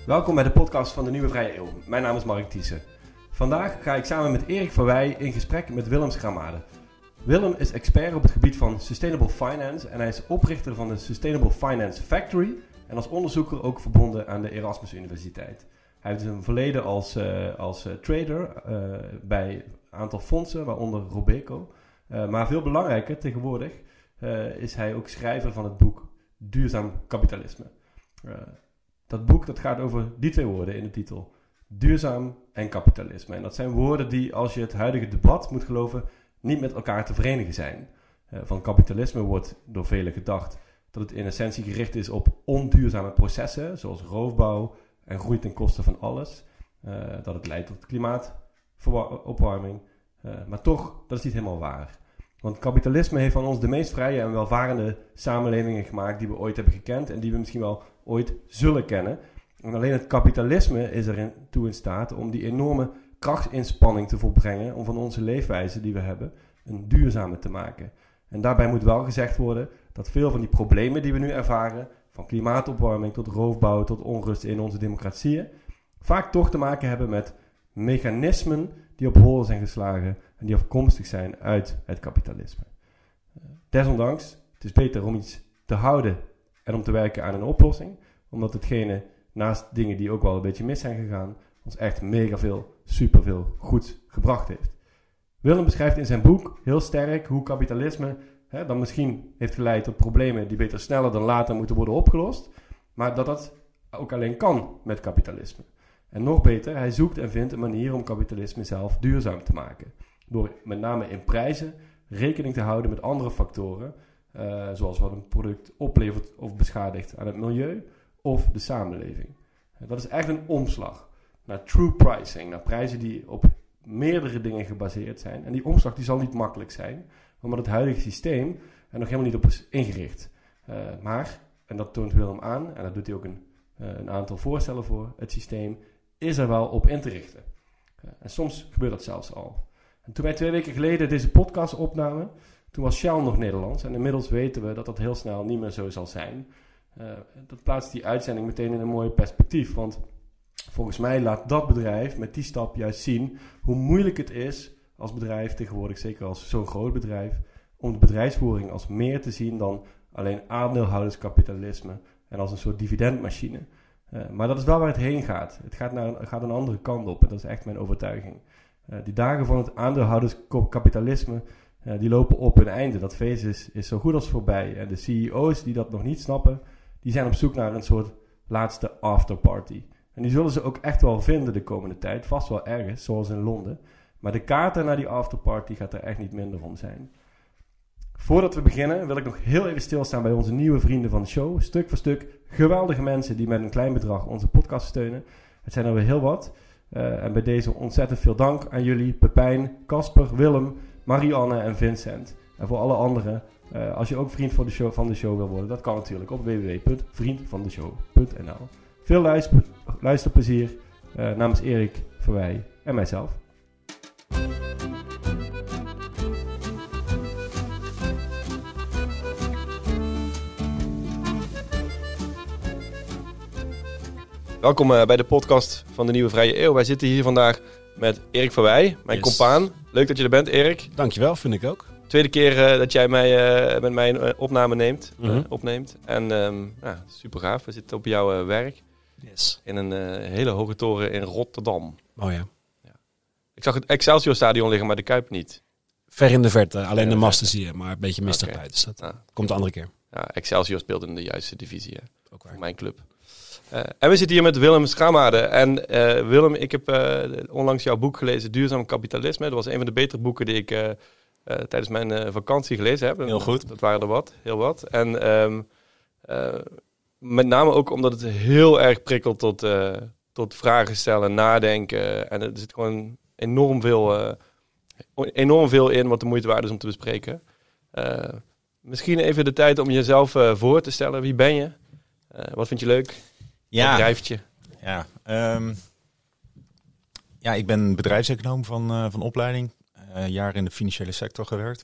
Welkom bij de podcast van de Nieuwe Vrije Eeuw. Mijn naam is Mark Thiessen. Vandaag ga ik samen met Erik van Wij in gesprek met Willem Schramade. Willem is expert op het gebied van Sustainable Finance en hij is oprichter van de Sustainable Finance Factory en als onderzoeker ook verbonden aan de Erasmus Universiteit. Hij heeft een verleden als trader bij een aantal fondsen, waaronder Robeco. Maar veel belangrijker tegenwoordig is hij ook schrijver van het boek Duurzaam Kapitalisme. Dat boek dat gaat over die twee woorden in de titel. Duurzaam en kapitalisme. En dat zijn woorden die, als je het huidige debat moet geloven, niet met elkaar te verenigen zijn. Van kapitalisme wordt door velen gedacht dat het in essentie gericht is op onduurzame processen, zoals roofbouw en groei ten koste van alles. Dat het leidt tot klimaatopwarming. Maar toch, dat is niet helemaal waar. Want kapitalisme heeft van ons de meest vrije en welvarende samenlevingen gemaakt die we ooit hebben gekend en die we misschien wel ooit zullen kennen. En alleen het kapitalisme is er toe in staat om die enorme krachtsinspanning te volbrengen om van onze leefwijze die we hebben een duurzame te maken. En daarbij moet wel gezegd worden dat veel van die problemen die we nu ervaren, van klimaatopwarming tot roofbouw tot onrust in onze democratieën, vaak toch te maken hebben met mechanismen die op hol zijn geslagen en die afkomstig zijn uit het kapitalisme. Desondanks, het is beter om iets te houden en om te werken aan een oplossing, omdat hetgene, naast dingen die ook wel een beetje mis zijn gegaan, ons echt mega veel, superveel goeds gebracht heeft. Willem beschrijft in zijn boek heel sterk hoe kapitalisme dan misschien heeft geleid tot problemen die beter sneller dan later moeten worden opgelost, maar dat ook alleen kan met kapitalisme. En nog beter, hij zoekt en vindt een manier om kapitalisme zelf duurzaam te maken. Door met name in prijzen rekening te houden met andere factoren, zoals wat een product oplevert of beschadigt aan het milieu of de samenleving. Dat is echt een omslag naar true pricing, naar prijzen die op meerdere dingen gebaseerd zijn. En die omslag die zal niet makkelijk zijn, omdat het huidige systeem er nog helemaal niet op is ingericht. Maar, en dat toont Willem aan, en daar doet hij ook een aantal voorstellen voor, het systeem is er wel op in te richten. En soms gebeurt dat zelfs al. En toen wij 2 weken geleden deze podcast opnamen, toen was Shell nog Nederlands. En inmiddels weten we dat dat heel snel niet meer zo zal zijn. Dat plaatst die uitzending meteen in een mooi perspectief. Want volgens mij laat dat bedrijf met die stap juist zien hoe moeilijk het is als bedrijf tegenwoordig, zeker als zo'n groot bedrijf, om de bedrijfsvoering als meer te zien dan alleen aandeelhouderskapitalisme en als een soort dividendmachine. Maar dat is wel waar het heen gaat. Het gaat een andere kant op en dat is echt mijn overtuiging. Die dagen van het aandeelhouderskapitalisme, die lopen op hun einde. Dat feest is zo goed als voorbij. En de CEO's die dat nog niet snappen, die zijn op zoek naar een soort laatste afterparty. En die zullen ze ook echt wel vinden de komende tijd. Vast wel ergens, zoals in Londen. Maar de kaarten naar die afterparty gaat er echt niet minder om zijn. Voordat we beginnen wil ik nog heel even stilstaan bij onze nieuwe vrienden van de show. Stuk voor stuk geweldige mensen die met een klein bedrag onze podcast steunen. Het zijn er weer heel wat. En bij deze ontzettend veel dank aan jullie, Pepijn, Casper, Willem, Marianne en Vincent. En voor alle anderen, als je ook vriend van de show wil worden, dat kan natuurlijk op www.vriendvandeshow.nl. Veel luisterplezier namens Erik van Wij en mijzelf. Welkom bij de podcast van de Nieuwe Vrije Eeuw. Wij zitten hier vandaag met Erik van Wij, mijn compaan. Leuk dat je er bent, Erik. Dankjewel, vind ik ook. Tweede keer dat jij mij met mij een opname opneemt. En super gaaf. We zitten op jouw werk. Yes. In een hele hoge toren in Rotterdam. Oh ja. Ik zag het Excelsior Stadion liggen, maar de Kuip niet. Ver in de verte. Alleen de masten zie je, maar een beetje mistig bij. Dus dat komt de andere keer. Ja, Excelsior speelt in de juiste divisie. Hè? Ook waar. Voor mijn club. En we zitten hier met Willem Schramade. En Willem, ik heb onlangs jouw boek gelezen, Duurzaam Kapitalisme. Dat was een van de betere boeken die ik tijdens mijn vakantie gelezen heb. Heel goed. Dat waren er heel wat. En met name ook omdat het heel erg prikkelt tot vragen stellen, nadenken. En er zit gewoon enorm veel in wat de moeite waard is om te bespreken. Misschien even de tijd om jezelf voor te stellen. Wie ben je? Wat vind je leuk? Ja. Wat drijft je? Ja, ik ben bedrijfseconoom van opleiding. Jaren in de financiële sector gewerkt.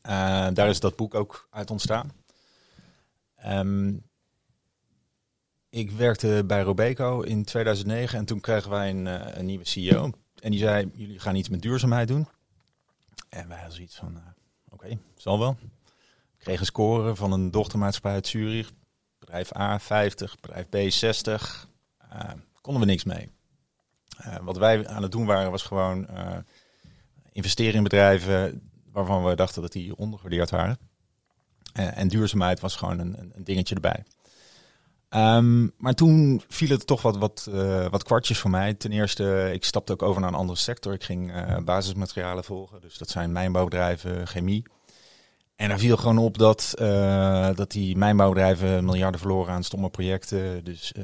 Daar is dat boek ook uit ontstaan. Ik werkte bij Robeco in 2009 en toen kregen wij een nieuwe CEO. En die zei, jullie gaan iets met duurzaamheid doen. En wij hadden zoiets van, oké, zal wel. Ik kreeg een score van een dochtermaatschappij uit Zurich. Bedrijf A 50, bedrijf B 60. Konden we niks mee. Wat wij aan het doen waren was gewoon investeren in bedrijven waarvan we dachten dat die ondergewaardeerd waren. En duurzaamheid was gewoon een dingetje erbij. Maar toen viel het toch wat kwartjes voor mij. Ten eerste, ik stapte ook over naar een andere sector. Ik ging basismaterialen volgen. Dus dat zijn mijnbouwbedrijven, chemie. En daar viel gewoon op dat die mijnbouwbedrijven miljarden verloren aan stomme projecten. Dus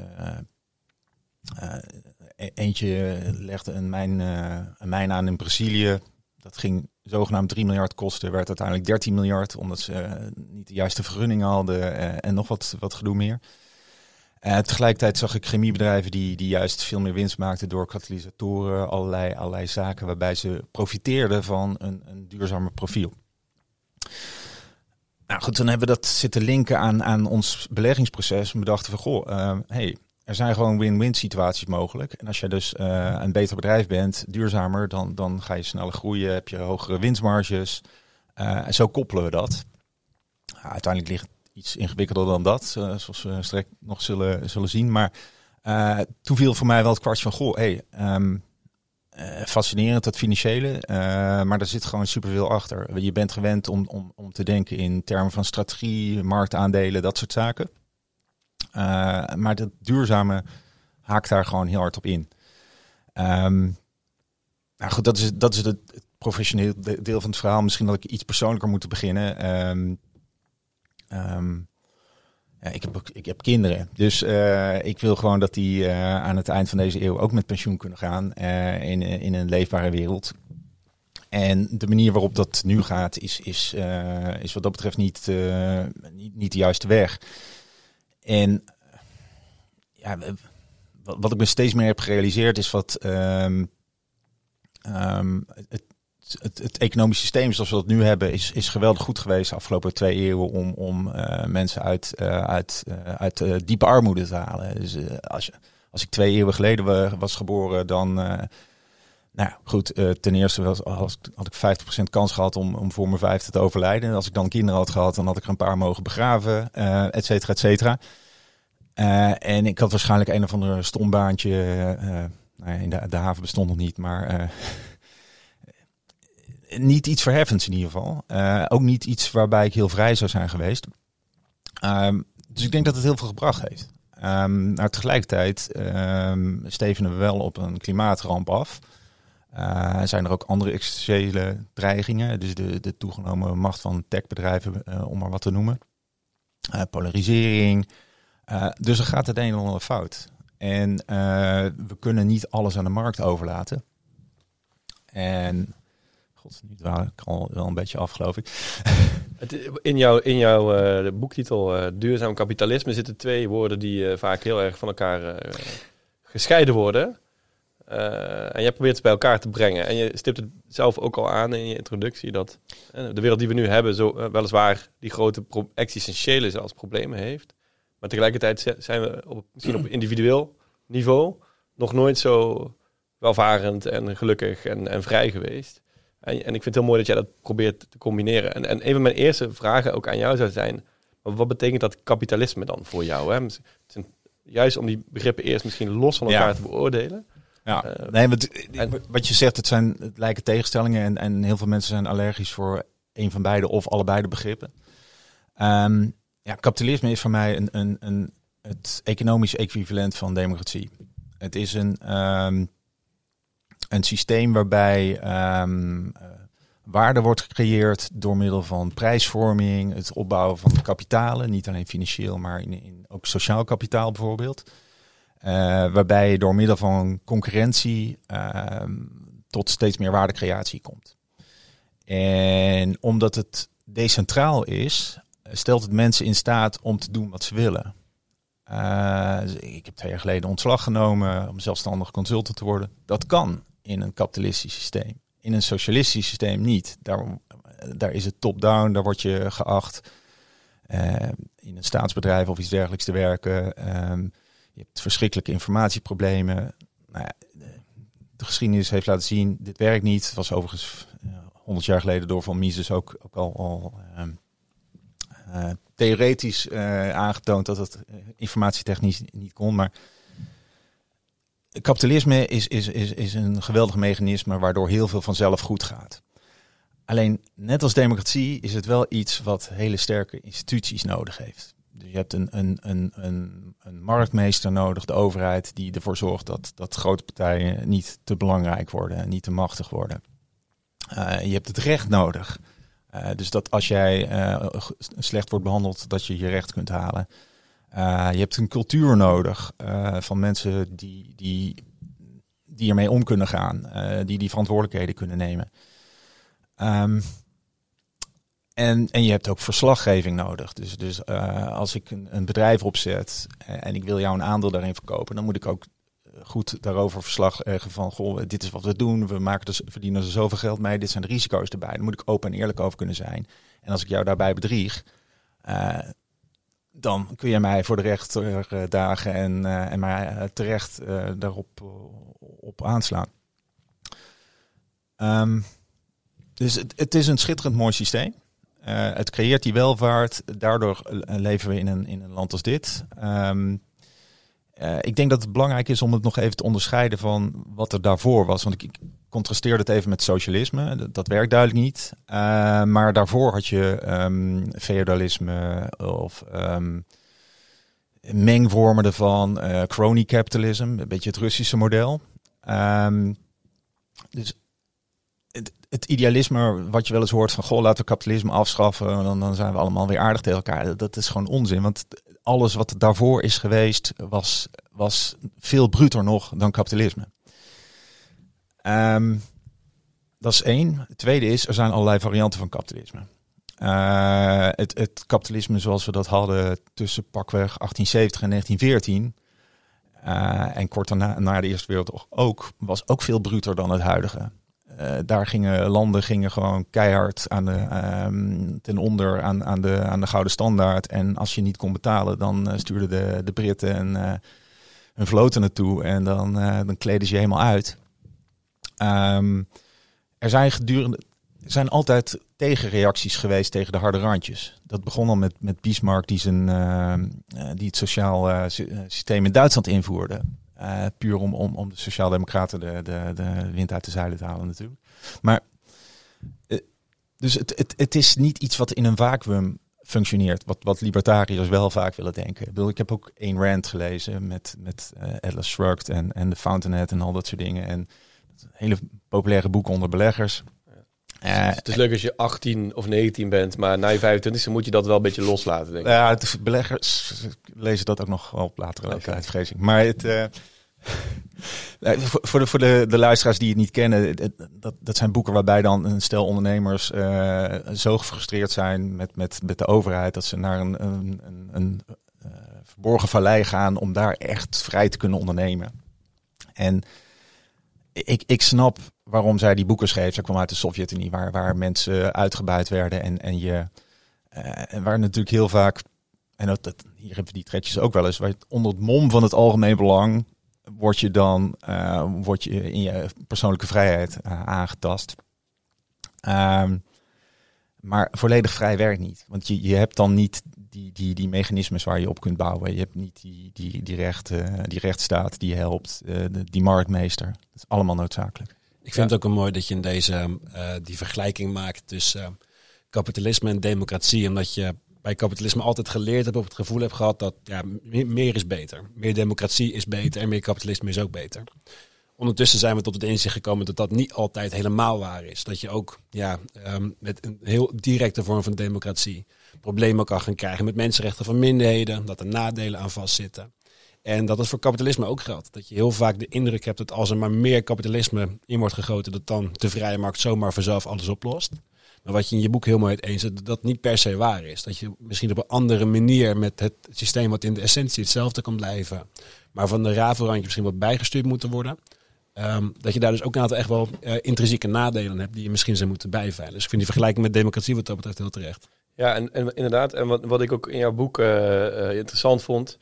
eentje legde een mijn aan in Brazilië. Dat ging zogenaamd 3 miljard kosten. Werd uiteindelijk 13 miljard, omdat ze niet de juiste vergunningen hadden en nog wat gedoe meer. Tegelijkertijd zag ik chemiebedrijven die juist veel meer winst maakten door katalysatoren, allerlei zaken waarbij ze profiteerden van een duurzamer profiel. Nou goed, dan hebben we dat zitten linken aan ons beleggingsproces. We dachten van, er zijn gewoon win-win situaties mogelijk. En als je dus een beter bedrijf bent, duurzamer, dan ga je sneller groeien, heb je hogere winstmarges. En zo koppelen we dat. Uiteindelijk ligt het iets ingewikkelder dan dat, zoals we straks nog zullen zien. Maar toen viel voor mij wel het kwartje van, fascinerend dat financiële, maar er zit gewoon superveel achter. Je bent gewend om te denken in termen van strategie, marktaandelen, dat soort zaken. Maar dat duurzame haakt daar gewoon heel hard op in. Nou goed, dat is het professioneel deel van het verhaal. Misschien dat ik iets persoonlijker moet beginnen. Ik heb kinderen, dus ik wil gewoon dat die aan het eind van deze eeuw ook met pensioen kunnen gaan in een leefbare wereld. En de manier waarop dat nu gaat is wat dat betreft niet de juiste weg. En wat ik me steeds meer heb gerealiseerd is het economisch systeem zoals we dat nu hebben is geweldig goed geweest de afgelopen 2 eeuwen om mensen uit diepe armoede te halen. Dus als ik 2 eeuwen geleden was geboren, dan ten eerste had ik 50% kans gehad om voor mijn 50 te overlijden. Als ik dan kinderen had gehad, dan had ik er een paar mogen begraven, et cetera, et cetera. En ik had waarschijnlijk een of ander stombaantje. In de haven bestond nog niet, maar niet iets verheffends in ieder geval. Ook niet iets waarbij ik heel vrij zou zijn geweest. Dus ik denk dat het heel veel gebracht heeft. Maar tegelijkertijd stevenen we wel op een klimaatramp af. Zijn er ook andere existentiële dreigingen. Dus de toegenomen macht van techbedrijven, om maar wat te noemen. Polarisering. Dus er gaat het een en ander fout. En we kunnen niet alles aan de markt overlaten. En nu dwaal ik al wel een beetje af, geloof ik. In jouw boektitel Duurzaam Kapitalisme zitten 2 woorden die vaak heel erg van elkaar gescheiden worden. En jij probeert het bij elkaar te brengen. En je stipt het zelf ook al aan in je introductie dat de wereld die we nu hebben weliswaar die grote existentiële zelfs problemen heeft. Maar tegelijkertijd zijn we misschien op individueel niveau nog nooit zo welvarend en gelukkig en vrij geweest. En ik vind het heel mooi dat jij dat probeert te combineren. En een van mijn eerste vragen ook aan jou zou zijn, wat betekent dat kapitalisme dan voor jou? Hè? Juist om die begrippen eerst misschien los van elkaar te beoordelen. Ja, wat je zegt, het lijken tegenstellingen en heel veel mensen zijn allergisch voor een van beide of allebei de begrippen. Kapitalisme is voor mij het economisch equivalent van democratie. Het is een systeem waarbij waarde wordt gecreëerd door middel van prijsvorming, het opbouwen van kapitalen, niet alleen financieel, maar ook sociaal kapitaal bijvoorbeeld. Waarbij je door middel van concurrentie tot steeds meer waardecreatie komt. En omdat het decentraal is, stelt het mensen in staat om te doen wat ze willen. Ik heb 2 jaar geleden ontslag genomen om zelfstandig consultant te worden. Dat kan in een kapitalistisch systeem. In een socialistisch systeem niet. Daar is het top-down, daar word je geacht in een staatsbedrijf of iets dergelijks te werken. Je hebt verschrikkelijke informatieproblemen. Nou ja, de geschiedenis heeft laten zien, dit werkt niet. Het was overigens 100 jaar geleden door Von Mises ook al theoretisch aangetoond dat het informatietechnisch niet kon. Maar kapitalisme is een geweldig mechanisme waardoor heel veel vanzelf goed gaat. Alleen, net als democratie is het wel iets wat hele sterke instituties nodig heeft. Dus je hebt een marktmeester nodig, de overheid, die ervoor zorgt dat grote partijen niet te belangrijk worden en niet te machtig worden. Je hebt het recht nodig. Dus dat als jij slecht wordt behandeld, dat je je recht kunt halen. Je hebt een cultuur nodig van mensen die ermee om kunnen gaan. Die verantwoordelijkheden kunnen nemen. En je hebt ook verslaggeving nodig. Dus als ik een bedrijf opzet en ik wil jou een aandeel daarin verkopen, dan moet ik ook goed daarover verslag leggen van, goh, dit is wat we doen, verdienen er zoveel geld mee, dit zijn de risico's erbij. Daar moet ik open en eerlijk over kunnen zijn. En als ik jou daarbij bedrieg, dan kun je mij voor de rechter dagen en mij terecht daarop op aanslaan. Dus het is een schitterend mooi systeem. Het creëert die welvaart. Daardoor leven we in een land als dit. Ik denk dat het belangrijk is om het nog even te onderscheiden van wat er daarvoor was. Want ik contrasteerde het even met socialisme. Dat werkt duidelijk niet. Maar daarvoor had je feodalisme of mengvormen ervan. Crony capitalism, een beetje het Russische model. Dus het idealisme wat je wel eens hoort van, goh, laten we kapitalisme afschaffen, dan zijn we allemaal weer aardig tegen elkaar. Dat is gewoon onzin, want alles wat daarvoor is geweest was veel bruter nog dan kapitalisme. Dat is één. Het tweede is, er zijn allerlei varianten van kapitalisme. Het kapitalisme zoals we dat hadden tussen pakweg 1870 en 1914... en kort daarna, na de Eerste Wereldoorlog ook, was ook veel bruter dan het huidige. Daar landen gingen gewoon keihard ten onder aan de gouden standaard. En als je niet kon betalen, dan stuurden de Britten hun vloten naartoe. En dan kleden ze je helemaal uit. Er zijn altijd tegenreacties geweest tegen de harde randjes. Dat begon al met Bismarck die het sociaal systeem in Duitsland invoerde. Puur om de sociaaldemocraten de wind uit de zeilen te halen natuurlijk. Maar dus het is niet iets wat in een vacuüm functioneert. Wat libertariërs wel vaak willen denken. Ik heb ook Ayn Rand gelezen met Atlas Shrugged en The Fountainhead en al dat soort dingen. En hele populaire boeken onder beleggers. Het is leuk als je 18 of 19 bent, maar na je 25e moet je dat wel een beetje loslaten, denk ik. Ja, beleggers lezen dat ook nog wel op latere leeftijd, vrees ik. Maar voor de luisteraars die het niet kennen, dat zijn boeken waarbij dan een stel ondernemers zo gefrustreerd zijn met de overheid dat ze naar een verborgen vallei gaan om daar echt vrij te kunnen ondernemen. En ik snap waarom zij die boeken schreef. Zij kwam uit de Sovjet-Unie, waar mensen uitgebuit werden en waar natuurlijk heel vaak, en hier hebben we die trekjes ook wel eens, waar onder het mom van het algemeen belang word je in je persoonlijke vrijheid aangetast. Maar volledig vrij werkt niet. Want je hebt dan niet die mechanismes waar je op kunt bouwen. Je hebt niet die rechtsstaat die je helpt. Die marktmeester. Dat is allemaal noodzakelijk. Ik vind het ook mooi dat je in deze die vergelijking maakt tussen kapitalisme en democratie. Omdat je bij kapitalisme altijd geleerd hebt of het gevoel hebt gehad dat meer is beter. Meer democratie is beter en meer kapitalisme is ook beter. Ondertussen zijn we tot het inzicht gekomen dat dat niet altijd helemaal waar is. Dat je ook met een heel directe vorm van democratie problemen kan gaan krijgen met mensenrechten van minderheden. Dat er nadelen aan vastzitten. En dat het voor kapitalisme ook geldt. Dat je heel vaak de indruk hebt dat als er maar meer kapitalisme in wordt gegoten, dat dan de vrije markt zomaar vanzelf alles oplost. Maar wat je in je boek heel mooi uiteen zet, dat dat niet per se waar is. Dat je misschien op een andere manier met het systeem wat in de essentie hetzelfde kan blijven, maar van de rafelrandje misschien wat bijgestuurd moeten worden. Dat je daar dus ook een aantal echt wel intrinsieke nadelen hebt die je misschien zou moeten bijveilen. Dus ik vind die vergelijking met democratie wat dat betreft heel terecht. Ja, en inderdaad, en wat ik ook in jouw boek interessant vond,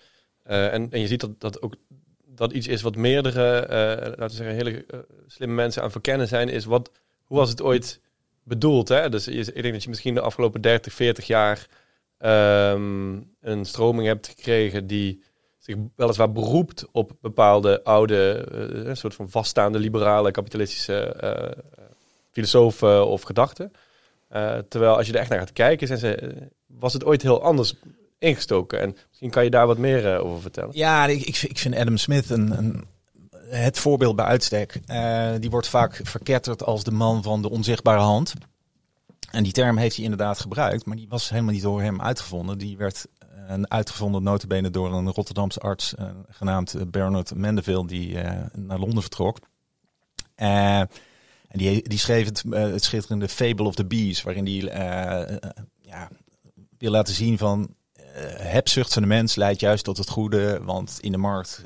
En je ziet dat ook dat iets is wat meerdere, laten we zeggen, hele slimme mensen aan verkennen zijn, is hoe was het ooit bedoeld? Hè? Dus ik denk dat je misschien de afgelopen 30, 40 jaar een stroming hebt gekregen die zich weliswaar beroept op bepaalde oude, een soort van vaststaande liberale kapitalistische filosofen of gedachten. Terwijl als je er echt naar gaat kijken, was het ooit heel anders ingestoken. En misschien kan je daar wat meer over vertellen. Ja, ik vind Adam Smith het voorbeeld bij uitstek. Die wordt vaak verketterd als de man van de onzichtbare hand. En die term heeft hij inderdaad gebruikt, maar die was helemaal niet door hem uitgevonden. Die werd uitgevonden nota bene door een Rotterdamse arts genaamd Bernard Mandeville, die naar Londen vertrok. En die schreef het schitterende Fable of the Bees, waarin hij wil laten zien van hebzucht van de mens leidt juist tot het goede, want in de markt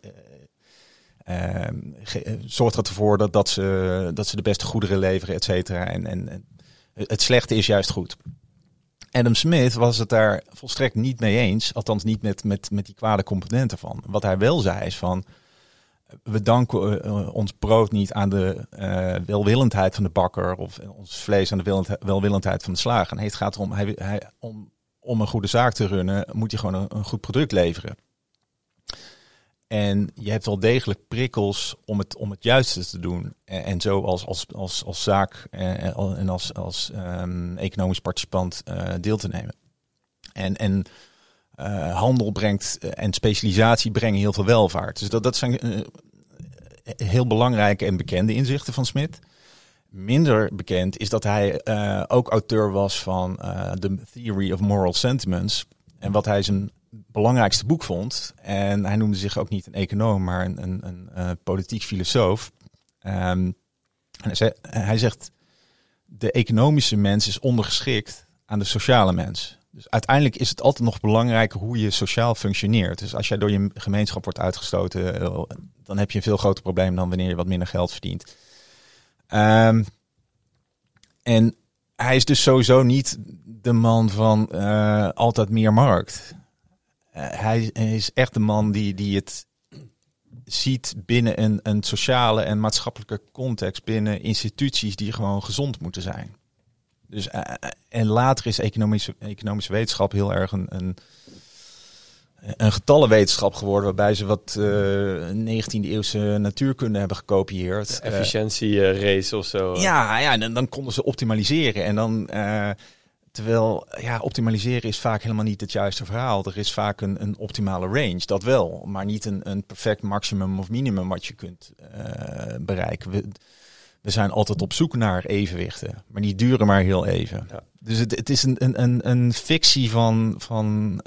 zorgt het ervoor dat ze de beste goederen leveren, et cetera. En het slechte is juist goed. Adam Smith was het daar volstrekt niet mee eens, althans niet met die kwade componenten van. Wat hij wel zei is van, we danken ons brood niet aan de welwillendheid van de bakker of ons vlees aan de welwillendheid van de slager. Nee, het gaat erom, om een goede zaak te runnen, moet je gewoon een goed product leveren. En je hebt wel degelijk prikkels om het juiste te doen. En zo als zaak en als economisch participant deel te nemen. En handel brengt en specialisatie brengen heel veel welvaart. Dus dat zijn heel belangrijke en bekende inzichten van Smith. Minder bekend is dat hij ook auteur was van The Theory of Moral Sentiments. En wat hij zijn belangrijkste boek vond. En hij noemde zich ook niet een econoom, maar een politiek filosoof. En hij zegt, de economische mens is ondergeschikt aan de sociale mens. Dus uiteindelijk is het altijd nog belangrijker hoe je sociaal functioneert. Dus als jij door je gemeenschap wordt uitgestoten, dan heb je een veel groter probleem dan wanneer je wat minder geld verdient. En hij is dus sowieso niet de man van altijd meer markt. Hij is echt de man die het ziet binnen een sociale en maatschappelijke context, binnen instituties die gewoon gezond moeten zijn. Dus, en later is economische wetenschap heel erg een getallenwetenschap geworden, waarbij ze wat 19e eeuwse natuurkunde hebben gekopieerd. Efficiëntierace of zo. Ja, en dan konden ze optimaliseren. En dan, terwijl optimaliseren is vaak helemaal niet het juiste verhaal. Er is vaak een optimale range, dat wel. Maar niet een perfect maximum of minimum wat je kunt bereiken. We zijn altijd op zoek naar evenwichten, maar die duren maar heel even. Ja. Dus het is een fictie van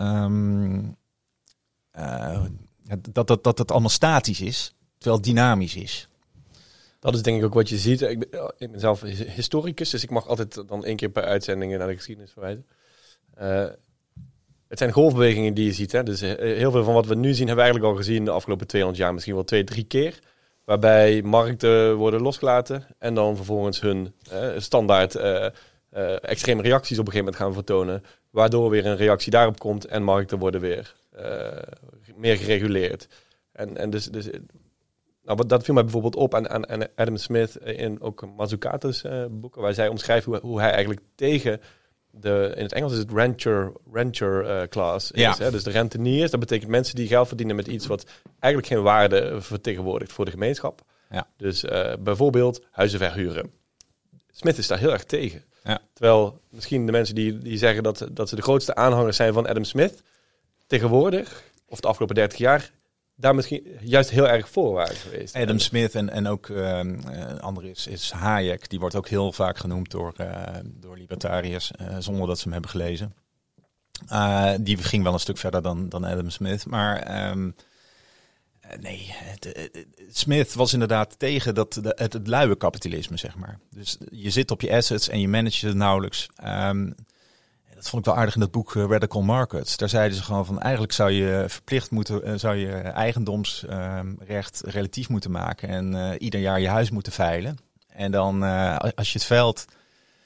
dat het allemaal statisch is, terwijl het dynamisch is. Dat is denk ik ook wat je ziet. Ik ben zelf historicus, dus ik mag altijd dan 1 keer per uitzending naar de geschiedenis verwijzen. Het zijn golfbewegingen die je ziet. Hè? Dus heel veel van wat we nu zien hebben we eigenlijk al gezien de afgelopen 200 jaar, misschien wel 2-3 keer. Waarbij markten worden losgelaten en dan vervolgens hun standaard extreme reacties op een gegeven moment gaan vertonen. Waardoor weer een reactie daarop komt en markten worden weer meer gereguleerd. En dus nou, dat viel mij bijvoorbeeld op aan Adam Smith in ook Mazzucato's boeken, waar zij omschrijven hoe hij eigenlijk tegen in het Engels is het rancher class is. Hè? Dus de renteniers, dat betekent mensen die geld verdienen met iets wat eigenlijk geen waarde vertegenwoordigt voor de gemeenschap. Ja. Dus bijvoorbeeld huizen verhuren. Smith is daar heel erg tegen. Ja. Terwijl misschien de mensen die zeggen dat ze de grootste aanhangers zijn van Adam Smith, tegenwoordig, of de afgelopen 30 jaar, daar misschien juist heel erg voor waren geweest. Adam Smith en ook een andere is Hayek. Die wordt ook heel vaak genoemd door libertariërs, zonder dat ze hem hebben gelezen. Die ging wel een stuk verder dan Adam Smith. Maar nee, Smith was inderdaad tegen het luie kapitalisme, zeg maar. Dus je zit op je assets en je manage het nauwelijks. Dat vond ik wel aardig in dat boek Radical Markets. Daar zeiden ze gewoon van, eigenlijk zou je verplicht moeten, zou je eigendomsrecht relatief moeten maken en ieder jaar je huis moeten veilen. En dan, als je het veilt,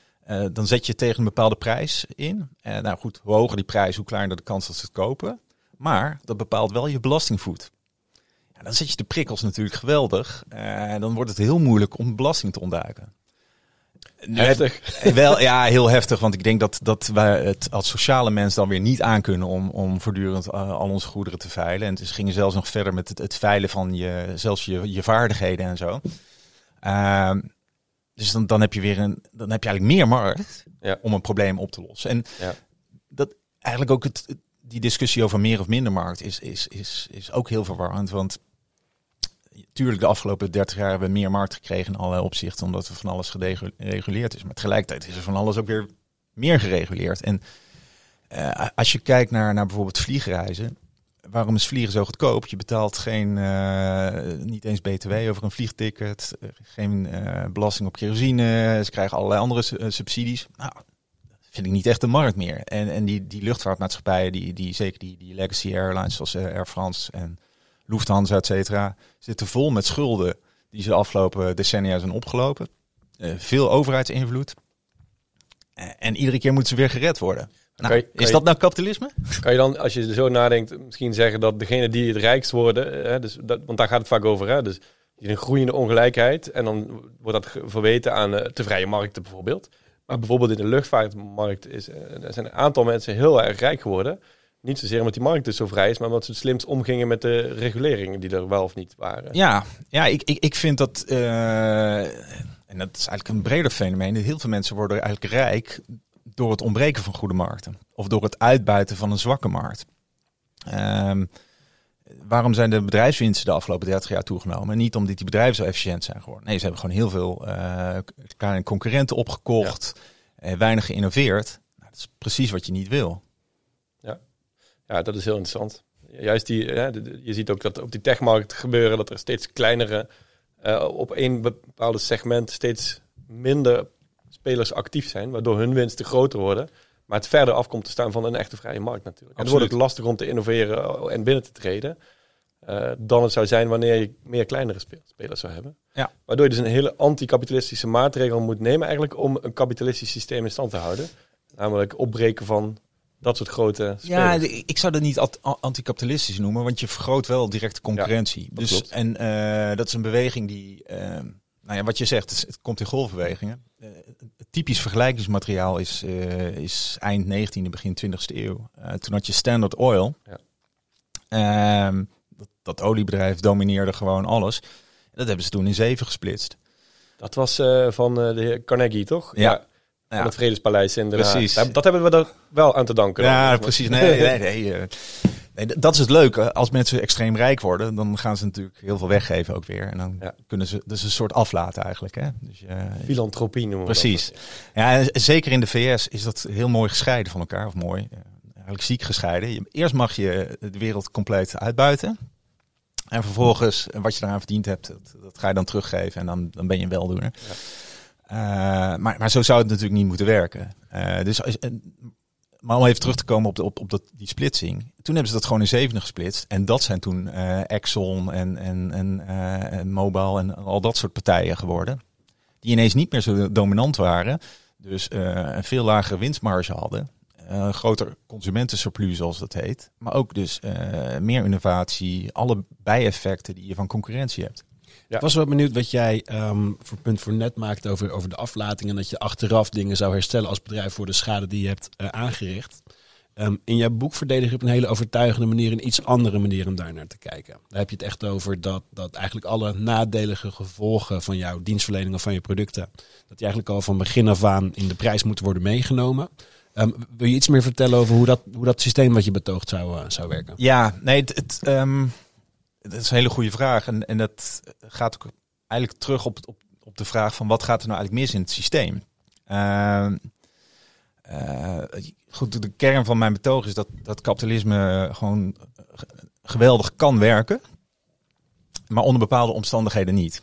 dan zet je tegen een bepaalde prijs in. Nou goed, hoe hoger die prijs, hoe kleiner de kans dat ze het kopen. Maar dat bepaalt wel je belastingvoet. Ja, dan zet je de prikkels natuurlijk geweldig. Dan wordt het heel moeilijk om belasting te ontduiken. Heftig. Wel, ja, heel heftig. Want ik denk dat wij het als sociale mens dan weer niet aankunnen om voortdurend al onze goederen te veilen. En ze gingen zelfs nog verder met het veilen van je vaardigheden en zo. Dus dan heb je dan heb je eigenlijk meer markt om een probleem op te lossen. En dat eigenlijk ook die discussie over meer of minder markt is ook heel verwarrend. Want tuurlijk, de afgelopen 30 jaar hebben we meer markt gekregen in allerlei opzichten, omdat er van alles gereguleerd is. Maar tegelijkertijd is er van alles ook weer meer gereguleerd. En als je kijkt naar bijvoorbeeld vliegreizen, waarom is vliegen zo goedkoop? Je betaalt niet eens BTW over een vliegticket, geen belasting op kerosine, ze krijgen allerlei andere subsidies. Nou, vind ik niet echt de markt meer. En die luchtvaartmaatschappijen, zeker die legacy airlines zoals Air France en Lufthansa, et cetera, zitten vol met schulden die ze de afgelopen decennia zijn opgelopen. Veel overheidsinvloed. En iedere keer moeten ze weer gered worden. Nou, is dat nou kapitalisme? Kan je dan, als je er zo nadenkt, misschien zeggen dat degene die het rijkst worden, want daar gaat het vaak over, hè, dus je ziet een groeiende ongelijkheid en dan wordt dat verweten aan te vrije markten bijvoorbeeld. Maar bijvoorbeeld in de luchtvaartmarkt er zijn een aantal mensen heel erg rijk geworden. Niet zozeer omdat die markt dus zo vrij is, maar omdat ze het slimst omgingen met de reguleringen die er wel of niet waren. Ja, ik vind dat, en dat is eigenlijk een breder fenomeen, heel veel mensen worden eigenlijk rijk door het ontbreken van goede markten. Of door het uitbuiten van een zwakke markt. Waarom zijn de bedrijfswinsten de afgelopen 30 jaar toegenomen? Niet omdat die bedrijven zo efficiënt zijn geworden. Nee, ze hebben gewoon heel veel kleine concurrenten opgekocht. Weinig geïnnoveerd. Nou, dat is precies wat je niet wil. Ja, dat is heel interessant. Juist je ziet ook dat op die techmarkt gebeuren dat er steeds kleinere, op één bepaalde segment steeds minder spelers actief zijn, waardoor hun winsten groter worden. Maar het verder af komt te staan van een echte vrije markt natuurlijk. En het wordt ook lastig om te innoveren en binnen te treden dan het zou zijn wanneer je meer kleinere spelers zou hebben. Ja. Waardoor je dus een hele anticapitalistische maatregel moet nemen eigenlijk om een kapitalistisch systeem in stand te houden. Namelijk opbreken van dat soort grote spelers. Ja, ik zou dat niet anticapitalistisch noemen, want je vergroot wel directe concurrentie. Ja, dus, en dat is een beweging die, wat je zegt, het komt in golfbewegingen. Het typisch vergelijkingsmateriaal is eind 19e, begin 20e eeuw. Toen had je Standard Oil. Ja. Dat oliebedrijf domineerde gewoon alles. Dat hebben ze toen in 7 gesplitst. Dat was van de heer Carnegie, toch? Ja. Van het Vredespaleis in Den Haag. Precies. Dat hebben we er wel aan te danken. Ja, dan. Precies. Nee, dat is het leuke. Als mensen extreem rijk worden, dan gaan ze natuurlijk heel veel weggeven ook weer. En dan kunnen ze, dus een soort aflaten eigenlijk. Hè? Dus, filantropie noemen we precies. Dat. Ja, en zeker in de VS is dat heel mooi gescheiden van elkaar. Of mooi, eigenlijk ziek gescheiden. Eerst mag je de wereld compleet uitbuiten. En vervolgens, wat je daaraan verdiend hebt, dat ga je dan teruggeven. En dan ben je een weldoener. Ja. Maar zo zou het natuurlijk niet moeten werken. Maar om even terug te komen op die splitsing. Toen hebben ze dat gewoon in 7 gesplitst. En dat zijn toen Exxon en Mobil en al dat soort partijen geworden. Die ineens niet meer zo dominant waren. Dus een veel lagere winstmarge hadden. Een groter consumentensurplus zoals dat heet. Maar ook dus meer innovatie. Alle bijeffecten die je van concurrentie hebt. Ja. Ik was wel benieuwd wat jij voor punt voor net maakt over de aflating. En dat je achteraf dingen zou herstellen als bedrijf voor de schade die je hebt aangericht. In jouw boek verdedig je op een hele overtuigende manier een iets andere manier om daar naar te kijken. Daar heb je het echt over dat eigenlijk alle nadelige gevolgen van jouw dienstverlening of van je producten, dat die eigenlijk al van begin af aan in de prijs moeten worden meegenomen. Wil je iets meer vertellen over hoe dat systeem wat je betoogt zou werken? Ja, nee, dat is een hele goede vraag. En dat gaat ook eigenlijk terug op de vraag van wat gaat er nou eigenlijk mis in het systeem? Goed, de kern van mijn betoog is dat kapitalisme gewoon geweldig kan werken, maar onder bepaalde omstandigheden niet.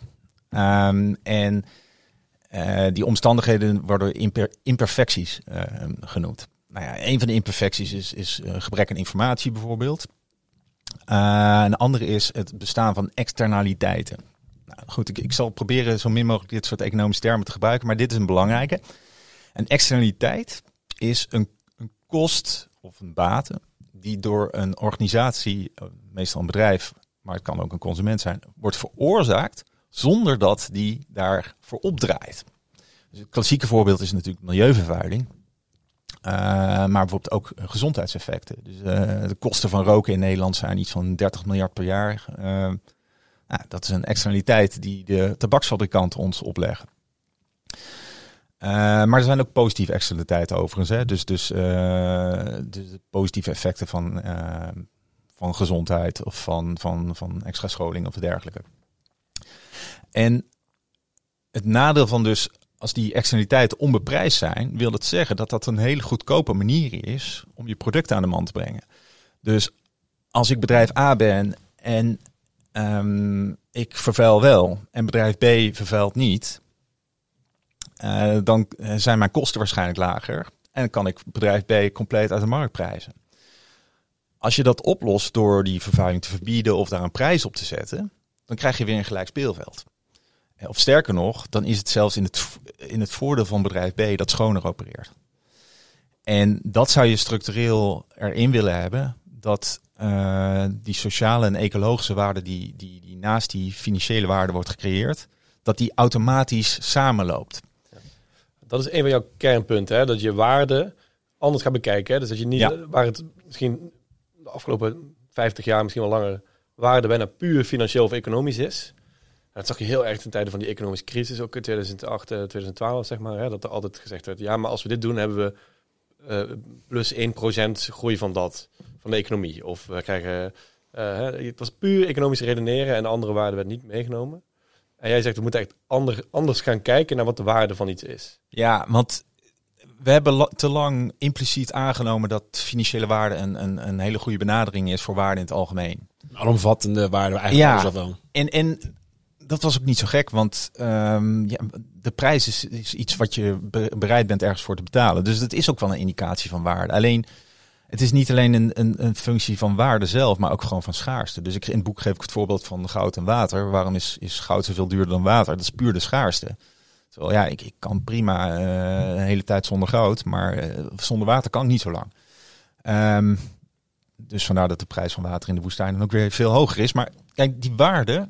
Die omstandigheden worden imperfecties genoemd. Nou ja, een van de imperfecties is gebrek aan informatie bijvoorbeeld. Een andere is het bestaan van externaliteiten. Nou, goed, ik zal proberen zo min mogelijk dit soort economische termen te gebruiken, maar dit is een belangrijke. Een externaliteit is een kost of een bate die door een organisatie, meestal een bedrijf, maar het kan ook een consument zijn, wordt veroorzaakt zonder dat die daarvoor opdraait. Dus het klassieke voorbeeld is natuurlijk milieuvervuiling. Maar bijvoorbeeld ook gezondheidseffecten. Dus de kosten van roken in Nederland zijn iets van 30 miljard per jaar. Dat is een externaliteit die de tabaksfabrikanten ons opleggen. Maar er zijn ook positieve externaliteiten overigens. Hè? Dus de positieve effecten van gezondheid of van extra scholing of dergelijke. En het nadeel van dus, als die externaliteiten onbeprijsd zijn, wil dat zeggen dat dat een hele goedkope manier is om je product aan de man te brengen. Dus als ik bedrijf A ben en ik vervuil wel en bedrijf B vervuilt niet, dan zijn mijn kosten waarschijnlijk lager en dan kan ik bedrijf B compleet uit de markt prijzen. Als je dat oplost door die vervuiling te verbieden of daar een prijs op te zetten, dan krijg je weer een gelijk speelveld. Of sterker nog, dan is het zelfs in het voordeel van bedrijf B dat schoner opereert. En dat zou je structureel erin willen hebben, dat die sociale en ecologische waarde die naast die financiële waarde wordt gecreëerd, dat die automatisch samenloopt. Dat is een van jouw kernpunten, hè? Dat je waarde anders gaat bekijken. Hè? Dus dat je niet, waar het misschien de afgelopen 50 jaar, misschien wel langer, waarde bijna puur financieel of economisch is. Dat zag je heel erg ten tijde van die economische crisis, ook in 2008, 2012, zeg maar. Hè? Dat er altijd gezegd werd, ja, maar als we dit doen, hebben we plus 1% groei van de economie. Of we krijgen, het was puur economisch redeneren en andere waarden werd niet meegenomen. En jij zegt, we moeten echt anders gaan kijken naar wat de waarde van iets is. Ja, want we hebben te lang impliciet aangenomen dat financiële waarde een hele goede benadering is voor waarde in het algemeen. Alomvattende waarde eigenlijk alles wel. En dat was ook niet zo gek, want de prijs is iets wat je bereid bent ergens voor te betalen. Dus dat is ook wel een indicatie van waarde. Alleen, het is niet alleen een functie van waarde zelf, maar ook gewoon van schaarste. Dus in het boek geef ik het voorbeeld van goud en water. Waarom is goud zoveel duurder dan water? Dat is puur de schaarste. Terwijl ja, ik kan prima een hele tijd zonder goud, maar zonder water kan ik niet zo lang. Dus vandaar dat de prijs van water in de woestijn dan ook weer veel hoger is. Maar kijk, die waarde,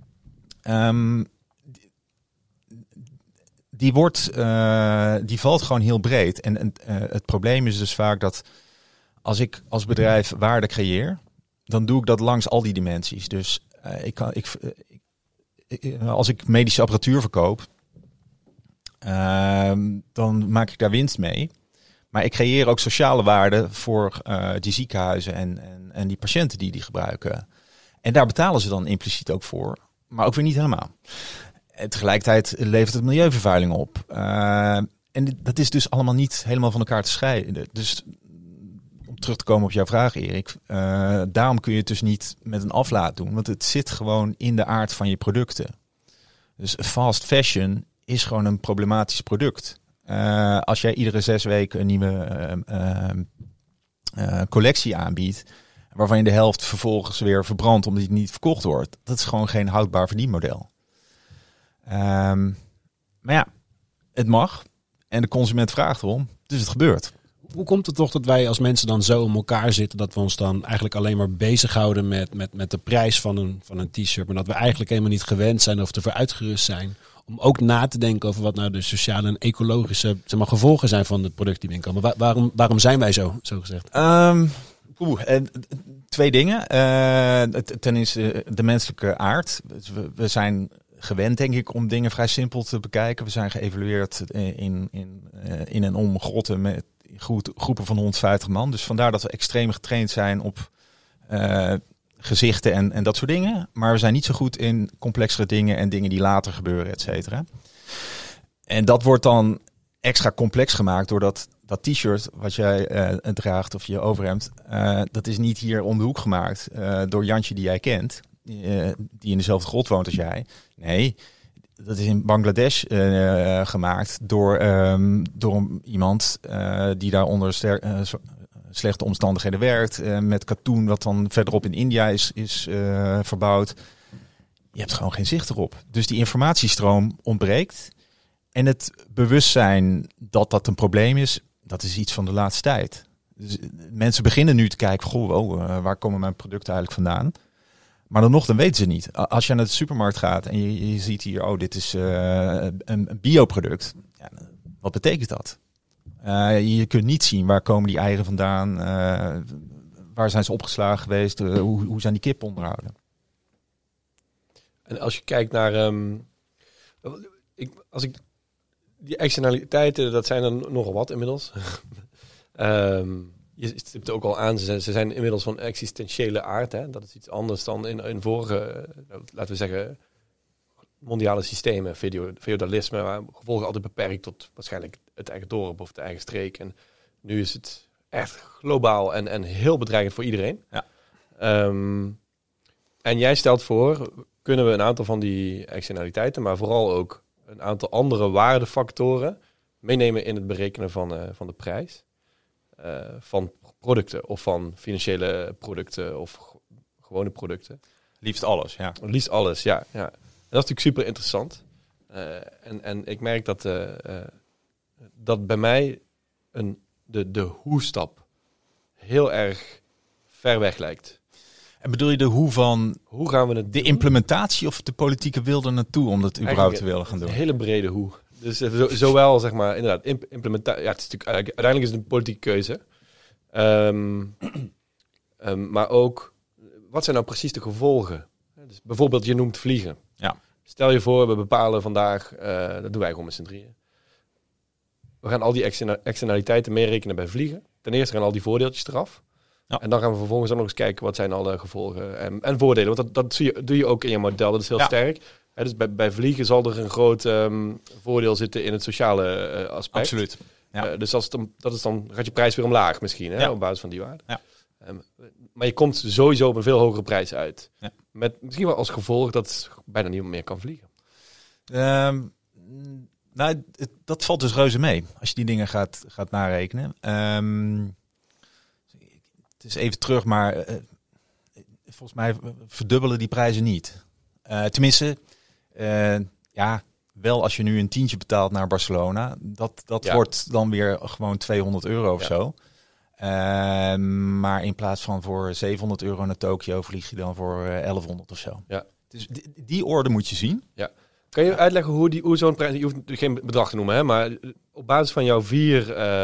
die valt gewoon heel breed. En het probleem is dus vaak dat als ik als bedrijf waarde creëer, dan doe ik dat langs al die dimensies. Dus als ik medische apparatuur verkoop, dan maak ik daar winst mee. Maar ik creëer ook sociale waarde voor die ziekenhuizen en die patiënten die gebruiken. En daar betalen ze dan impliciet ook voor, maar ook weer niet helemaal. En tegelijkertijd levert het milieuvervuiling op. En dat is dus allemaal niet helemaal van elkaar te scheiden. Dus om terug te komen op jouw vraag, Erik. Daarom kun je het dus niet met een aflaat doen. Want het zit gewoon in de aard van je producten. Dus fast fashion is gewoon een problematisch product. Als jij iedere 6 weken een nieuwe collectie aanbiedt, waarvan je de helft vervolgens weer verbrandt omdat die niet verkocht wordt. Dat is gewoon geen houdbaar verdienmodel. Maar ja, het mag. En de consument vraagt erom. Dus het gebeurt. Hoe komt het toch dat wij als mensen dan zo om elkaar zitten dat we ons dan eigenlijk alleen maar bezighouden met de prijs van een t-shirt, maar dat we eigenlijk helemaal niet gewend zijn of ervoor uitgerust zijn om ook na te denken over wat nou de sociale en ecologische gevolgen zijn van het product die we inkomen. Waarom zijn wij zo gezegd? 2 dingen. Ten eerste de menselijke aard. We zijn gewend, denk ik, om dingen vrij simpel te bekijken. We zijn geëvalueerd in en om grotten met groepen van 150 man. Dus vandaar dat we extreem getraind zijn op gezichten en dat soort dingen. Maar we zijn niet zo goed in complexere dingen en dingen die later gebeuren, et cetera. En dat wordt dan extra complex gemaakt doordat dat t-shirt wat jij draagt of je overhemd, dat is niet hier om de hoek gemaakt door Jantje die jij kent, die in dezelfde grot woont als jij. Nee, dat is in Bangladesh gemaakt door iemand die daar onder slechte omstandigheden werkt. Met katoen wat dan verderop in India is verbouwd. Je hebt gewoon geen zicht erop. Dus die informatiestroom ontbreekt. En het bewustzijn dat dat een probleem is, dat is iets van de laatste tijd. Dus mensen beginnen nu te kijken, waar komen mijn producten eigenlijk vandaan? Maar dan weten ze niet. Als je naar de supermarkt gaat en je ziet hier, dit is een bioproduct. Ja, wat betekent dat? Je kunt niet zien waar komen die eieren vandaan, waar zijn ze opgeslagen geweest, hoe zijn die kippen onderhouden. En als je kijkt naar, die externaliteiten, dat zijn er nogal wat inmiddels. Je stipt er ook al aan, ze zijn inmiddels van existentiële aard. Hè? Dat is iets anders dan in vorige, laten we zeggen, mondiale systemen, feudalisme, waar gevolgen altijd beperkt tot waarschijnlijk het eigen dorp of de eigen streek. En nu is het echt globaal en heel bedreigend voor iedereen. Ja. En jij stelt voor, kunnen we een aantal van die externaliteiten, maar vooral ook een aantal andere waardefactoren meenemen in het berekenen van de prijs van producten of van financiële producten of gewone producten. Liefst alles, ja. Liefst alles, ja. En dat is natuurlijk super interessant. En ik merk dat bij mij de hoe-stap heel erg ver weg lijkt. En bedoel je de hoe van hoe gaan we het de implementatie of de politieke wil er naartoe om dat überhaupt te willen gaan doen? Een hele brede hoe. Dus zowel zeg maar inderdaad implementatie. Ja, het is natuurlijk uiteindelijk is het een politieke keuze. Maar ook wat zijn nou precies de gevolgen? Dus bijvoorbeeld je noemt vliegen. Ja. Stel je voor we bepalen vandaag, dat doen wij gewoon met z'n drieën. We gaan al die externaliteiten meerekenen bij vliegen. Ten eerste gaan al die voordeeltjes eraf. Ja. En dan gaan we vervolgens ook nog eens kijken wat zijn alle gevolgen en voordelen. Want dat doe je ook in je model. Dat is heel sterk. Dus bij vliegen zal er een groot voordeel zitten in het sociale aspect. Absoluut. Ja. Dus dan gaat je prijs weer omlaag misschien, hè, op basis van die waarde. Ja. Maar je komt sowieso op een veel hogere prijs uit. Ja. Met misschien wel als gevolg dat bijna niemand meer kan vliegen. Dat valt dus reuze mee als je die dingen gaat narekenen. Het is even terug, maar volgens mij verdubbelen die prijzen niet. Tenminste, wel als je nu een tientje betaalt naar Barcelona, dat wordt dan weer gewoon €200 of zo. Maar in plaats van voor €700 naar Tokio vlieg je dan voor 1100 of zo. Ja. Dus die orde moet je zien. Ja. Kan je uitleggen hoe zo'n prijs, je hoeft geen bedrag te noemen, hè, maar op basis van jouw 4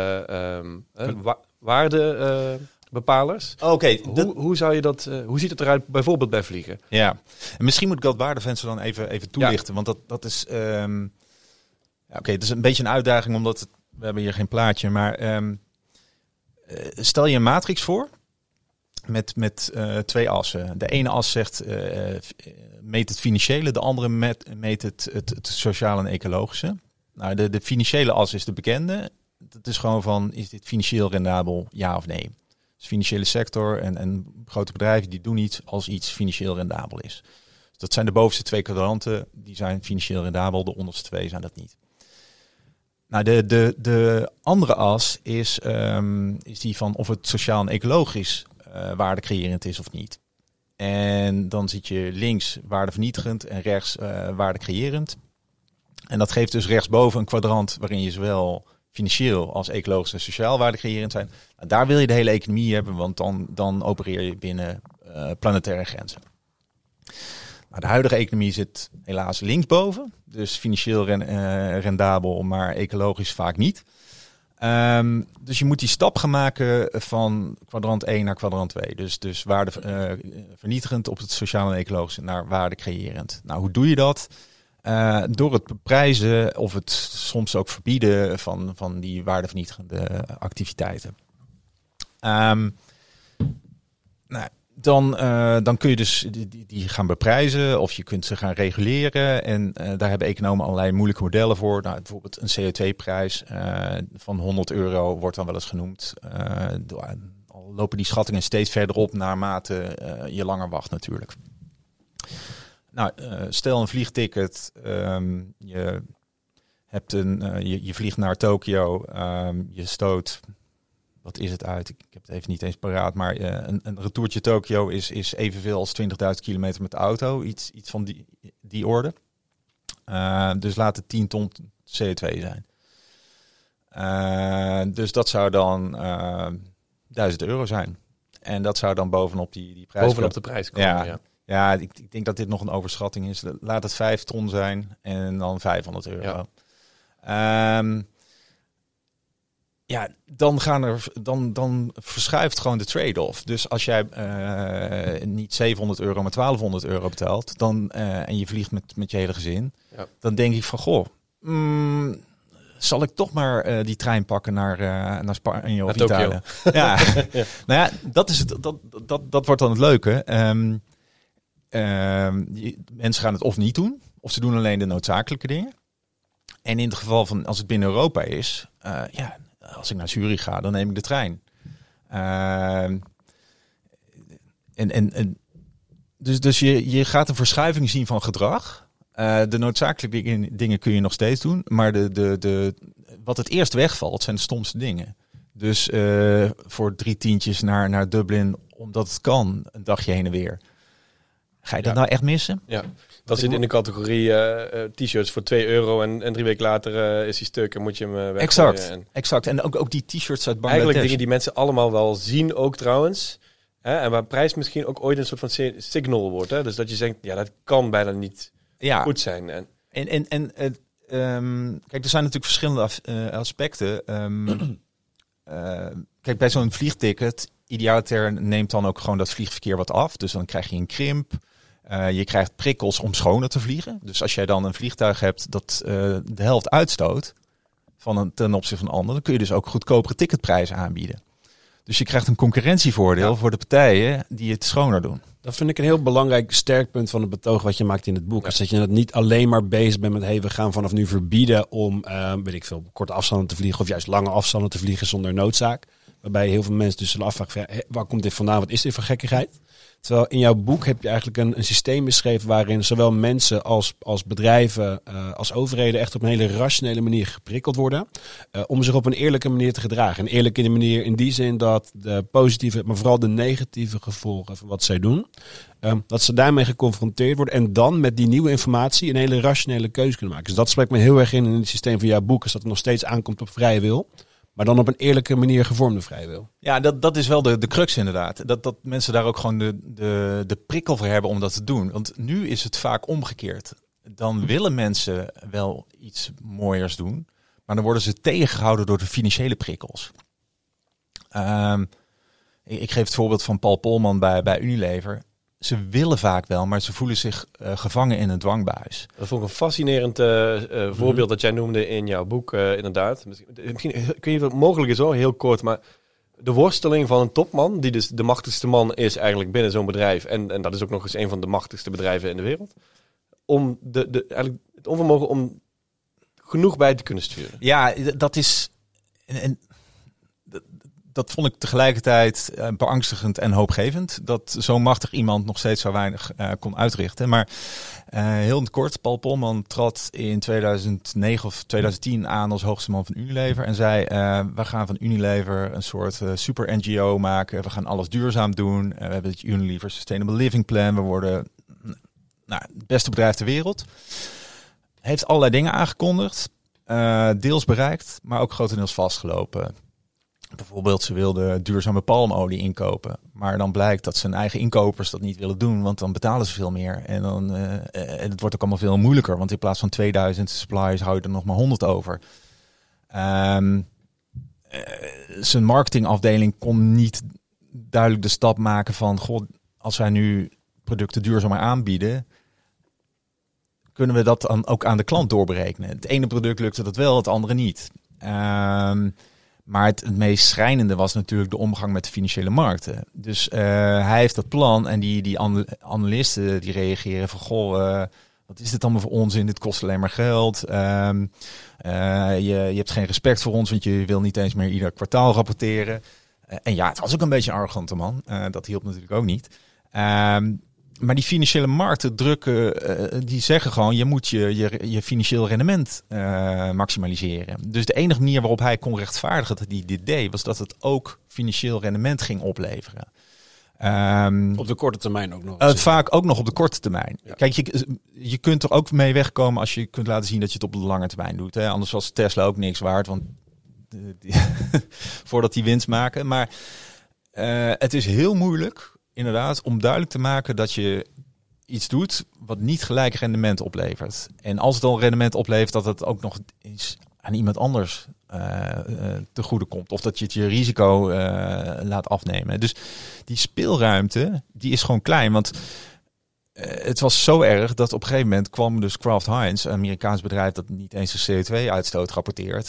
waardebepalers. Oké. Hoe zou je dat? Hoe ziet het eruit bijvoorbeeld bij vliegen? Ja, en misschien moet ik dat waardevenster dan even toelichten, want dat is. Het is een beetje een uitdaging omdat we hebben hier geen plaatje, maar stel je een matrix voor met 2 assen. De ene as zegt meet het financiële, de andere meet het sociale en ecologische. Nou, de financiële as is de bekende. Dat is gewoon van, is dit financieel rendabel, ja of nee? Dus financiële sector en grote bedrijven die doen iets als iets financieel rendabel is. Dus dat zijn de bovenste 2 kwadranten, die zijn financieel rendabel, de onderste 2 zijn dat niet. Nou, de andere as is die van of het sociaal en ecologisch waardecreërend is of niet. En dan zit je links waardevernietigend en rechts waardecreërend. En dat geeft dus rechtsboven een kwadrant waarin je zowel financieel als ecologisch en sociaal waardecreërend zijn. Nou, daar wil je de hele economie hebben, want dan opereer je binnen planetaire grenzen. Nou, de huidige economie zit helaas linksboven, dus financieel rendabel, maar ecologisch vaak niet. Dus je moet die stap gaan maken van kwadrant 1 naar kwadrant 2. Dus waarde vernietigend op het sociaal en ecologische naar waarde creërend. Nou, hoe doe je dat? Door het beprijzen of het soms ook verbieden van die waardevernietigende activiteiten. Dan kun je dus die gaan beprijzen of je kunt ze gaan reguleren. En daar hebben economen allerlei moeilijke modellen voor. Nou, bijvoorbeeld een CO2-prijs van €100 wordt dan wel eens genoemd. Al lopen die schattingen steeds verder op naarmate je langer wacht natuurlijk. Nou, stel een vliegticket. Je vliegt naar Tokio. Je stoot... Wat is het uit? Ik heb het even niet eens paraat. Maar een retourtje Tokio is evenveel als 20.000 kilometer met de auto. Iets van die orde. Dus laat het 10 ton CO2 zijn. Dus dat zou dan €1000 zijn. En dat zou dan bovenop die prijs Bovenop de prijs komen, ja. Ja, ik denk dat dit nog een overschatting is. Laat het 5 ton zijn en dan €500. Ja. Dan verschuift gewoon de trade-off. Dus als jij niet €700, maar €1200 betaalt, en je vliegt met je hele gezin, dan denk ik van, goh, zal ik toch maar die trein pakken naar Spanje of Italië? Ja. Nou ja, dat wordt dan het leuke. Mensen gaan het of niet doen, of ze doen alleen de noodzakelijke dingen. En in het geval van als het binnen Europa is, als ik naar Zurich ga, dan neem ik de trein. Dus je gaat een verschuiving zien van gedrag. De noodzakelijke dingen kun je nog steeds doen, maar wat het eerst wegvalt zijn de stomste dingen. Dus voor 3 tientjes naar Dublin, omdat het kan, een dagje heen en weer. Ga je dat nou echt missen? Ja, dat zit in de categorie t-shirts voor €2 en 3 weken later is die stuk en moet je hem weggooien. Exact. En ook die t-shirts uit Bangladesh. Eigenlijk dingen die mensen allemaal wel zien ook trouwens. Hè? En waar prijs misschien ook ooit een soort van signal wordt. Hè? Dus dat je zegt, dat kan bijna niet goed zijn. Kijk, er zijn natuurlijk verschillende aspecten. Kijk, bij zo'n vliegticket, idealiter neemt dan ook gewoon dat vliegverkeer wat af. Dus dan krijg je een krimp. Je krijgt prikkels om schoner te vliegen. Dus als jij dan een vliegtuig hebt dat de helft uitstoot ten opzichte van een ander, dan kun je dus ook goedkopere ticketprijzen aanbieden. Dus je krijgt een concurrentievoordeel voor de partijen die het schoner doen. Dat vind ik een heel belangrijk sterk punt van het betoog wat je maakt in het boek. Is dat je niet alleen maar bezig bent met we gaan vanaf nu verbieden om korte afstanden te vliegen of juist lange afstanden te vliegen zonder noodzaak. Waarbij heel veel mensen dus zullen afvragen van, waar komt dit vandaan? Wat is dit voor gekkigheid? Terwijl in jouw boek heb je eigenlijk een systeem beschreven waarin zowel mensen als bedrijven, als overheden echt op een hele rationele manier geprikkeld worden. Om zich op een eerlijke manier te gedragen. En eerlijk in de manier in die zin dat de positieve, maar vooral de negatieve gevolgen van wat zij doen, dat ze daarmee geconfronteerd worden. En dan met die nieuwe informatie een hele rationele keuze kunnen maken. Dus dat spreekt me heel erg in het systeem van jouw boek. Is dat het nog steeds aankomt op vrije wil. Maar dan op een eerlijke manier gevormde vrije wil. Ja, dat is wel de crux inderdaad. Dat mensen daar ook gewoon de prikkel voor hebben om dat te doen. Want nu is het vaak omgekeerd. Dan willen mensen wel iets mooiers doen. Maar dan worden ze tegengehouden door de financiële prikkels. Ik geef het voorbeeld van Paul Polman bij Unilever. Ze willen vaak wel, maar ze voelen zich gevangen in een dwangbuis. Dat vond ik een fascinerend voorbeeld dat jij noemde in jouw boek, inderdaad. Misschien kun je het mogelijk is hoor, heel kort, maar de worsteling van een topman, die dus de machtigste man is eigenlijk binnen zo'n bedrijf, en dat is ook nog eens een van de machtigste bedrijven in de wereld, om eigenlijk het onvermogen om genoeg bij te kunnen sturen. Ja, dat is... Dat vond ik tegelijkertijd beangstigend en hoopgevend. Dat zo'n machtig iemand nog steeds zo weinig kon uitrichten. Maar heel kort, Paul Polman trad in 2009 of 2010 aan als hoogste man van Unilever. En zei, we gaan van Unilever een soort super NGO maken. We gaan alles duurzaam doen. We hebben het Unilever Sustainable Living Plan. We worden het beste bedrijf ter wereld. Heeft allerlei dingen aangekondigd. Deels bereikt, maar ook grotendeels vastgelopen. Bijvoorbeeld, ze wilden duurzame palmolie inkopen. Maar dan blijkt dat zijn eigen inkopers dat niet willen doen. Want dan betalen ze veel meer. En dan het wordt ook allemaal veel moeilijker. Want in plaats van 2000 suppliers hou je er nog maar 100 over. Zijn marketingafdeling kon niet duidelijk de stap maken van... Goh, als wij nu producten duurzamer aanbieden... kunnen we dat dan ook aan de klant doorberekenen. Het ene product lukte dat wel, het andere niet. Maar het meest schrijnende was natuurlijk de omgang met de financiële markten. Dus hij heeft dat plan en die analisten die reageren van... Goh, wat is dit allemaal voor onzin? Dit kost alleen maar geld. Je hebt geen respect voor ons, want je wil niet eens meer ieder kwartaal rapporteren. En ja, het was ook een beetje een arrogante man. Dat hielp natuurlijk ook niet. Maar die financiële markten die zeggen gewoon... je moet je financieel rendement maximaliseren. Dus de enige manier waarop hij kon rechtvaardigen dat hij dit deed... was dat het ook financieel rendement ging opleveren. Op de korte termijn ook nog. Vaak ook nog op de korte termijn. Ja. Kijk, je kunt er ook mee wegkomen als je kunt laten zien dat je het op de lange termijn doet. Hè? Anders was Tesla ook niks waard, want voordat die winst maken. Maar Het is heel moeilijk, inderdaad, om duidelijk te maken dat je iets doet wat niet gelijk rendement oplevert. En als het al rendement oplevert, dat het ook nog eens aan iemand anders te goede komt. Of dat je het je risico laat afnemen. Dus die speelruimte, die is gewoon klein. Want het was zo erg dat op een gegeven moment kwam dus Kraft Heinz, een Amerikaans bedrijf dat niet eens de CO2-uitstoot rapporteert,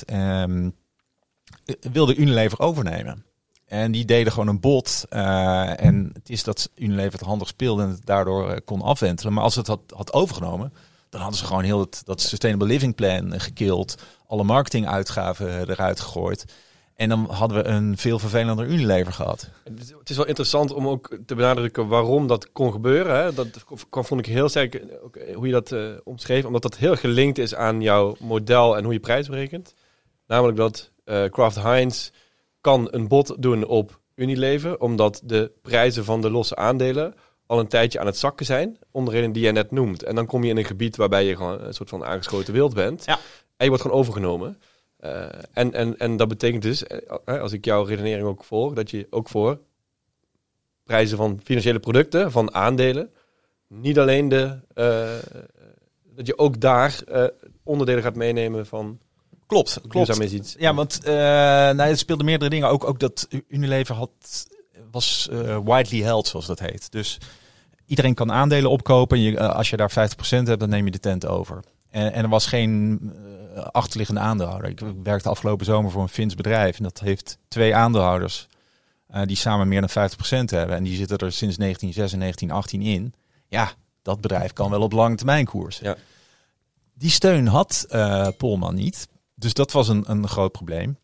wilde Unilever overnemen. En die deden gewoon een bod. En het is dat Unilever het handig speelde en het daardoor kon afwentelen. Maar als het had overgenomen, dan hadden ze gewoon heel dat Sustainable Living Plan gekild. Alle marketinguitgaven eruit gegooid. En dan hadden we een veel vervelender Unilever gehad. Het is wel interessant om ook te benadrukken waarom dat kon gebeuren. Hè? Dat vond ik heel sterk hoe je dat omschreef. Omdat dat heel gelinkt is aan jouw model en hoe je prijs berekent. Namelijk dat Kraft Heinz kan een bod doen op Unilever, omdat de prijzen van de losse aandelen al een tijdje aan het zakken zijn, om de reden die jij net noemt. En dan kom je in een gebied waarbij je gewoon een soort van aangeschoten wild bent. Ja. En je wordt gewoon overgenomen. En dat betekent dus, als ik jouw redenering ook volg, dat je ook voor prijzen van financiële producten, van aandelen, niet alleen dat je ook daar onderdelen gaat meenemen van. Klopt. Is iets. Ja, want het speelde meerdere dingen. Ook dat Unilever was widely held, zoals dat heet. Dus iedereen kan aandelen opkopen. Als je daar 50% hebt, dan neem je de tent over. En er was geen achterliggende aandeelhouder. Ik werkte afgelopen zomer voor een Fins bedrijf. En dat heeft 2 aandeelhouders die samen meer dan 50% hebben. En die zitten er sinds 1996, 1918 in. Ja, dat bedrijf kan wel op lange termijn koersen. Ja. Die steun had Polman niet. Dus dat was een groot probleem.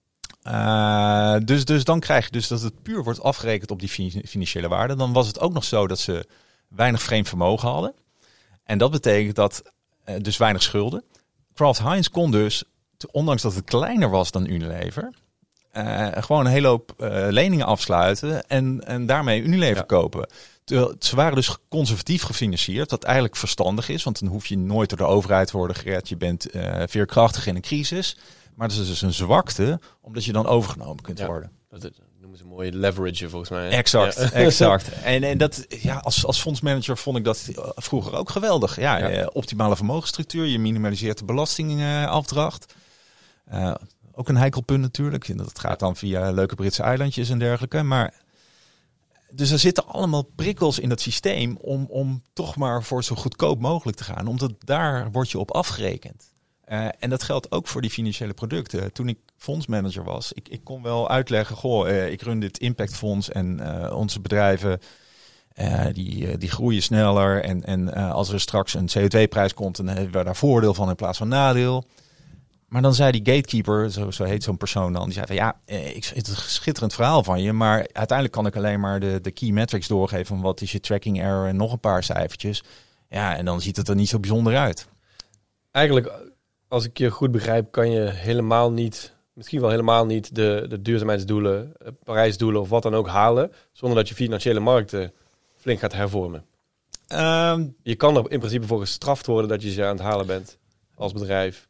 Dus dan krijg je dus dat het puur wordt afgerekend op die financiële waarde. Dan was het ook nog zo dat ze weinig vreemd vermogen hadden. En dat betekent dat dus weinig schulden. Kraft Heinz kon dus, ondanks dat het kleiner was dan Unilever, gewoon een hele hoop leningen afsluiten en daarmee Unilever kopen. Ze waren dus conservatief gefinancierd, wat eigenlijk verstandig is, want dan hoef je nooit door de overheid te worden gered. Je bent veerkrachtig in een crisis. Maar dat is dus een zwakte, omdat je dan overgenomen kunt worden. Dat noemen ze mooi leverage volgens mij. Exact. En dat, als fondsmanager vond ik dat vroeger ook geweldig. Optimale vermogensstructuur, je minimaliseert de belastingafdracht. Ook een heikel punt natuurlijk. Dat gaat dan via leuke Britse eilandjes en dergelijke. Maar dus er zitten allemaal prikkels in dat systeem om toch maar voor zo goedkoop mogelijk te gaan. Omdat daar word je op afgerekend. En dat geldt ook voor die financiële producten. Toen ik fondsmanager was, ik kon wel uitleggen, ik run dit impactfonds en onze bedrijven die groeien sneller. En als er straks een CO2-prijs komt, dan hebben we daar voordeel van in plaats van nadeel. Maar dan zei die gatekeeper, zo heet zo'n persoon dan, die zei van het is een schitterend verhaal van je, maar uiteindelijk kan ik alleen maar de key metrics doorgeven van wat is je tracking error en nog een paar cijfertjes. Ja, en dan ziet het er niet zo bijzonder uit. Eigenlijk, als ik je goed begrijp, kan je misschien wel helemaal niet de duurzaamheidsdoelen, Parijsdoelen of wat dan ook halen, zonder dat je financiële markten flink gaat hervormen. Je kan er in principe voor gestraft worden dat je ze aan het halen bent als bedrijf.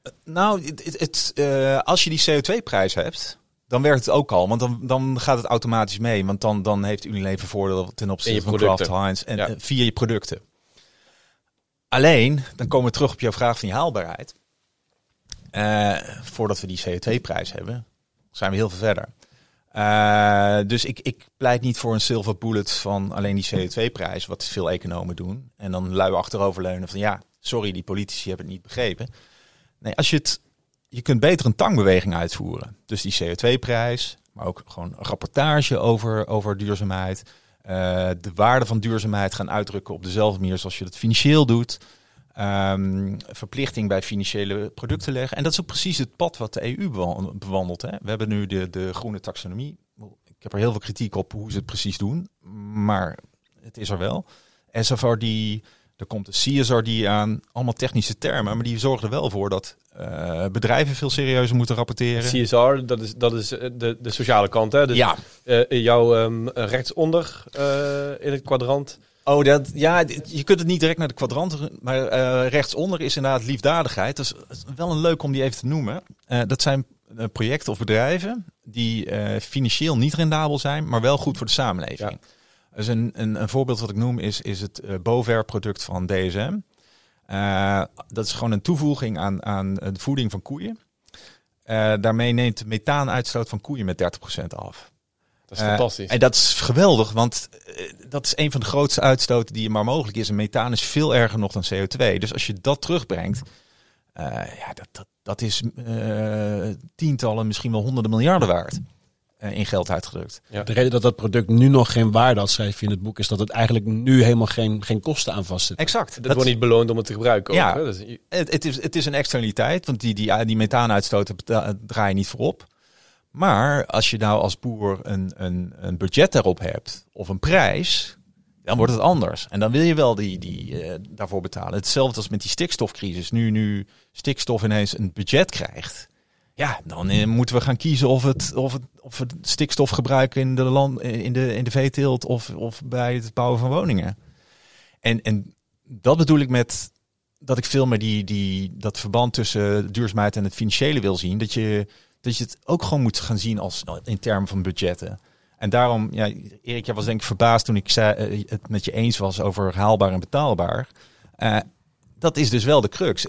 Als je die CO2-prijs hebt, dan werkt het ook al. Want dan gaat het automatisch mee. Want dan heeft Unilever voordeel ten opzichte van Kraft Heinz en via je producten. Alleen, dan komen we terug op jouw vraag van je haalbaarheid. Voordat we die CO2-prijs hebben, zijn we heel veel verder. Dus ik pleit niet voor een silver bullet van alleen die CO2-prijs, wat veel economen doen. En dan lui achteroverleunen van sorry, die politici hebben het niet begrepen. Nee, je kunt beter een tangbeweging uitvoeren. Dus die CO2-prijs, maar ook gewoon een rapportage over duurzaamheid. De waarde van duurzaamheid gaan uitdrukken op dezelfde manier zoals je dat financieel doet. Verplichting bij financiële producten leggen. En dat is ook precies het pad wat de EU bewandelt. Hè. We hebben nu de groene taxonomie. Ik heb er heel veel kritiek op hoe ze het precies doen. Maar het is er wel. SFRD, er komt de CSRD aan. Allemaal technische termen. Maar die zorgen er wel voor dat bedrijven veel serieuzer moeten rapporteren. CSR, dat is de sociale kant. Hè? Dus jouw rechtsonder in het kwadrant. Je kunt het niet direct naar de kwadranten, maar rechtsonder is inderdaad liefdadigheid. Dat is wel een leuk om die even te noemen. Dat zijn projecten of bedrijven die financieel niet rendabel zijn, maar wel goed voor de samenleving. Ja. Dus een voorbeeld wat ik noem is het Bovaer-product van DSM. Dat is gewoon een toevoeging aan de voeding van koeien. Daarmee neemt de methaanuitstoot van koeien met 30% af. Dat is fantastisch. En dat is geweldig, want dat is een van de grootste uitstoten die maar mogelijk is. En methaan is veel erger nog dan CO2. Dus als je dat terugbrengt, dat is tientallen, misschien wel honderden miljarden waard. In geld uitgedrukt. Ja. De reden dat dat product nu nog geen waarde had, schrijf je in het boek, is dat het eigenlijk nu helemaal geen kosten aan vastzit. Exact. Dat wordt niet beloond om het te gebruiken. Ja, ook, hè? Dus, het is een externaliteit, want die methaanuitstoot draai je niet voorop. Maar als je nou als boer een budget daarop hebt, of een prijs, dan wordt het anders. En dan wil je wel die daarvoor betalen. Hetzelfde als met die stikstofcrisis. Nu stikstof ineens een budget krijgt. Ja, dan moeten we gaan kiezen of we stikstof gebruiken in de veeteelt of bij het bouwen van woningen. En dat bedoel ik met dat ik veel meer dat verband tussen duurzaamheid en het financiële wil zien. Dat je het ook gewoon moet gaan zien als in termen van budgetten. En daarom, ja, Erik, jij was denk ik verbaasd toen ik het met je eens was over haalbaar en betaalbaar. Dat is dus wel de crux.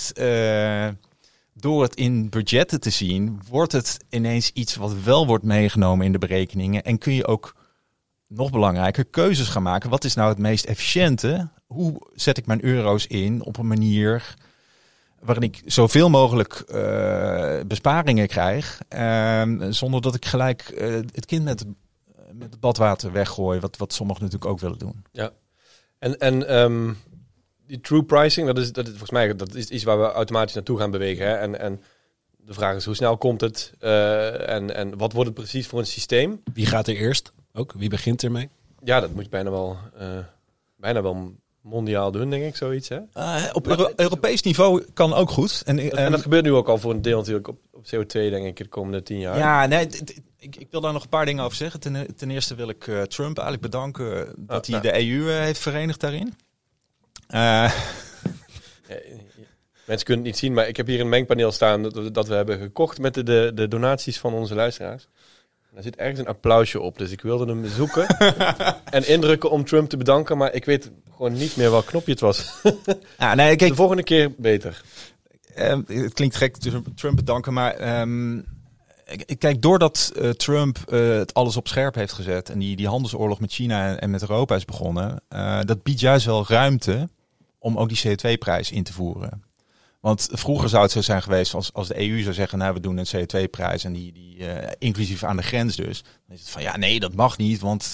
Door het in budgetten te zien, wordt het ineens iets wat wel wordt meegenomen in de berekeningen. En kun je ook, nog belangrijker, keuzes gaan maken. Wat is nou het meest efficiënte? Hoe zet ik mijn euro's in op een manier waarin ik zoveel mogelijk besparingen krijg, zonder dat ik gelijk het kind met het badwater weggooi, wat sommigen natuurlijk ook willen doen. Ja, en die true pricing, dat is volgens mij dat is iets waar we automatisch naartoe gaan bewegen. Hè? En de vraag is, hoe snel komt het? En wat wordt het precies voor een systeem? Wie gaat er eerst? Ook? Wie begint ermee? Ja, dat moet je bijna wel mondiaal doen, denk ik, zoiets. Hè? Op Europees niveau kan ook goed. En dat gebeurt nu ook al voor een deel natuurlijk op CO2, denk ik, de komende 10 jaar. Ja, nee, ik wil daar nog een paar dingen over zeggen. Ten eerste wil ik Trump eigenlijk bedanken dat hij de EU heeft verenigd daarin. Mensen kunnen het niet zien, maar ik heb hier een mengpaneel staan dat we hebben gekocht met de donaties van onze luisteraars. Daar zit ergens een applausje op, dus ik wilde hem zoeken en indrukken om Trump te bedanken, maar ik weet gewoon niet meer welk knopje het was. Nee, kijk, de volgende keer beter. Het klinkt gek, Trump bedanken, maar kijk, doordat Trump het alles op scherp heeft gezet en die handelsoorlog met China en met Europa is begonnen, dat biedt juist wel ruimte om ook die CO2-prijs in te voeren. Want vroeger zou het zo zijn geweest als de EU zou zeggen, nou, we doen een CO2-prijs en die inclusief aan de grens dus. Dan is het van, ja, nee, dat mag niet, want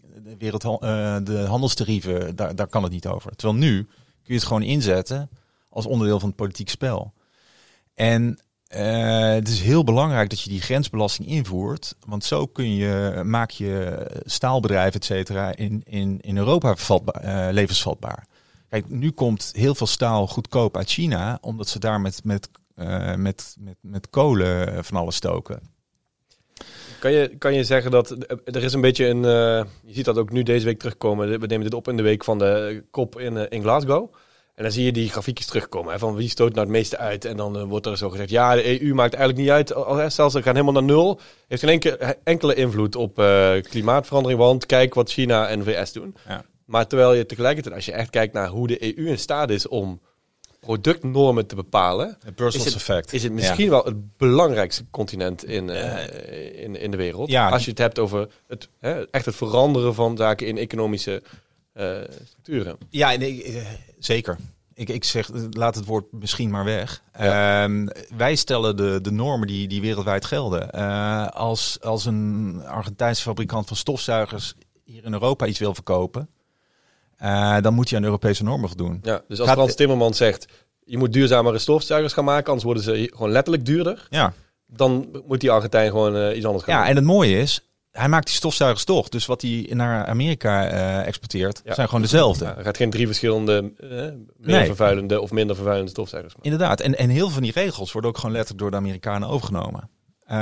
de handelstarieven, daar kan het niet over. Terwijl nu kun je het gewoon inzetten als onderdeel van het politiek spel. En het is heel belangrijk dat je die grensbelasting invoert, want zo maak je staalbedrijven, et cetera, in Europa levensvatbaar. Kijk, nu komt heel veel staal goedkoop uit China, omdat ze daar met kolen van alles stoken. Kan je zeggen dat er is een beetje een... je ziet dat ook nu deze week terugkomen. We nemen dit op in de week van de COP in Glasgow. En dan zie je die grafiekjes terugkomen. Hè, van wie stoot nou het meeste uit. En dan wordt er zo gezegd, ja, de EU maakt eigenlijk niet uit. Zelfs ze gaan helemaal naar nul. Heeft geen enkele invloed op klimaatverandering. Want kijk wat China en VS doen. Ja. Maar terwijl je tegelijkertijd, als je echt kijkt naar hoe de EU in staat is om productnormen te bepalen, is het misschien wel het belangrijkste continent in de wereld. Ja, als je het hebt over echt het veranderen van zaken in economische structuren. Ja, nee, zeker. Ik zeg, laat het woord misschien maar weg. Ja. Wij stellen de normen die wereldwijd gelden. Als een Argentijnse fabrikant van stofzuigers hier in Europa iets wil verkopen, dan moet je aan Europese normen voldoen. Ja, dus als Frans Timmermans zegt, je moet duurzamere stofzuigers gaan maken, anders worden ze gewoon letterlijk duurder. Ja. Dan moet die Argentijn gewoon iets anders gaan doen. En het mooie is, hij maakt die stofzuigers toch. Dus wat hij naar Amerika exporteert, zijn gewoon dezelfde. Ja, hij gaat geen 3 verschillende meer vervuilende of minder vervuilende stofzuigers maken. Inderdaad. En heel veel van die regels worden ook gewoon letterlijk door de Amerikanen overgenomen.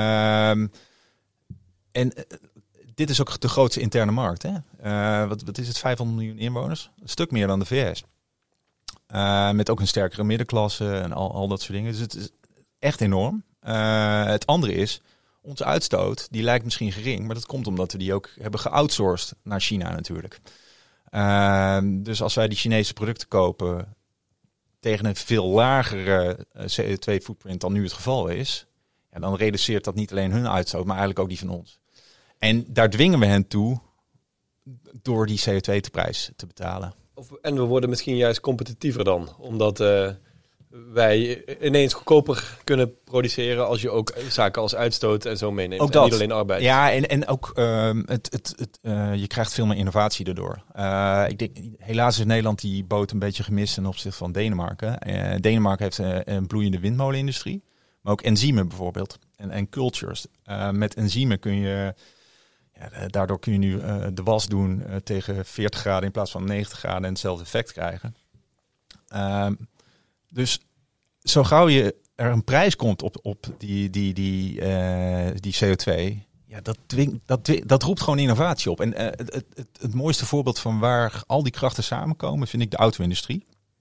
Dit is ook de grootste interne markt. Hè? Wat is het? 500 miljoen inwoners? Een stuk meer dan de VS. Met ook een sterkere middenklasse en al dat soort dingen. Dus het is echt enorm. Het andere is, onze uitstoot, die lijkt misschien gering, maar dat komt omdat we die ook hebben geoutsourced naar China natuurlijk. Dus als wij die Chinese producten kopen tegen een veel lagere CO2-footprint dan nu het geval is, ja, dan reduceert dat niet alleen hun uitstoot, maar eigenlijk ook die van ons. En daar dwingen we hen toe door die CO2-prijs te betalen. En we worden misschien juist competitiever dan, omdat wij ineens goedkoper kunnen produceren als je ook zaken als uitstoot en zo meeneemt. Ook dat. En niet alleen arbeid. Ja, en ook je krijgt veel meer innovatie daardoor. Ik denk, helaas is Nederland die boot een beetje gemist ten opzichte van Denemarken. Denemarken heeft een bloeiende windmolenindustrie, maar ook enzymen bijvoorbeeld en cultures. Met enzymen kun je, daardoor kun je nu de was doen tegen 40 graden in plaats van 90 graden en hetzelfde effect krijgen. Dus zo gauw er een prijs komt op die CO2, ja, dat roept gewoon innovatie op. En het mooiste voorbeeld van waar al die krachten samenkomen, vind ik de auto-industrie.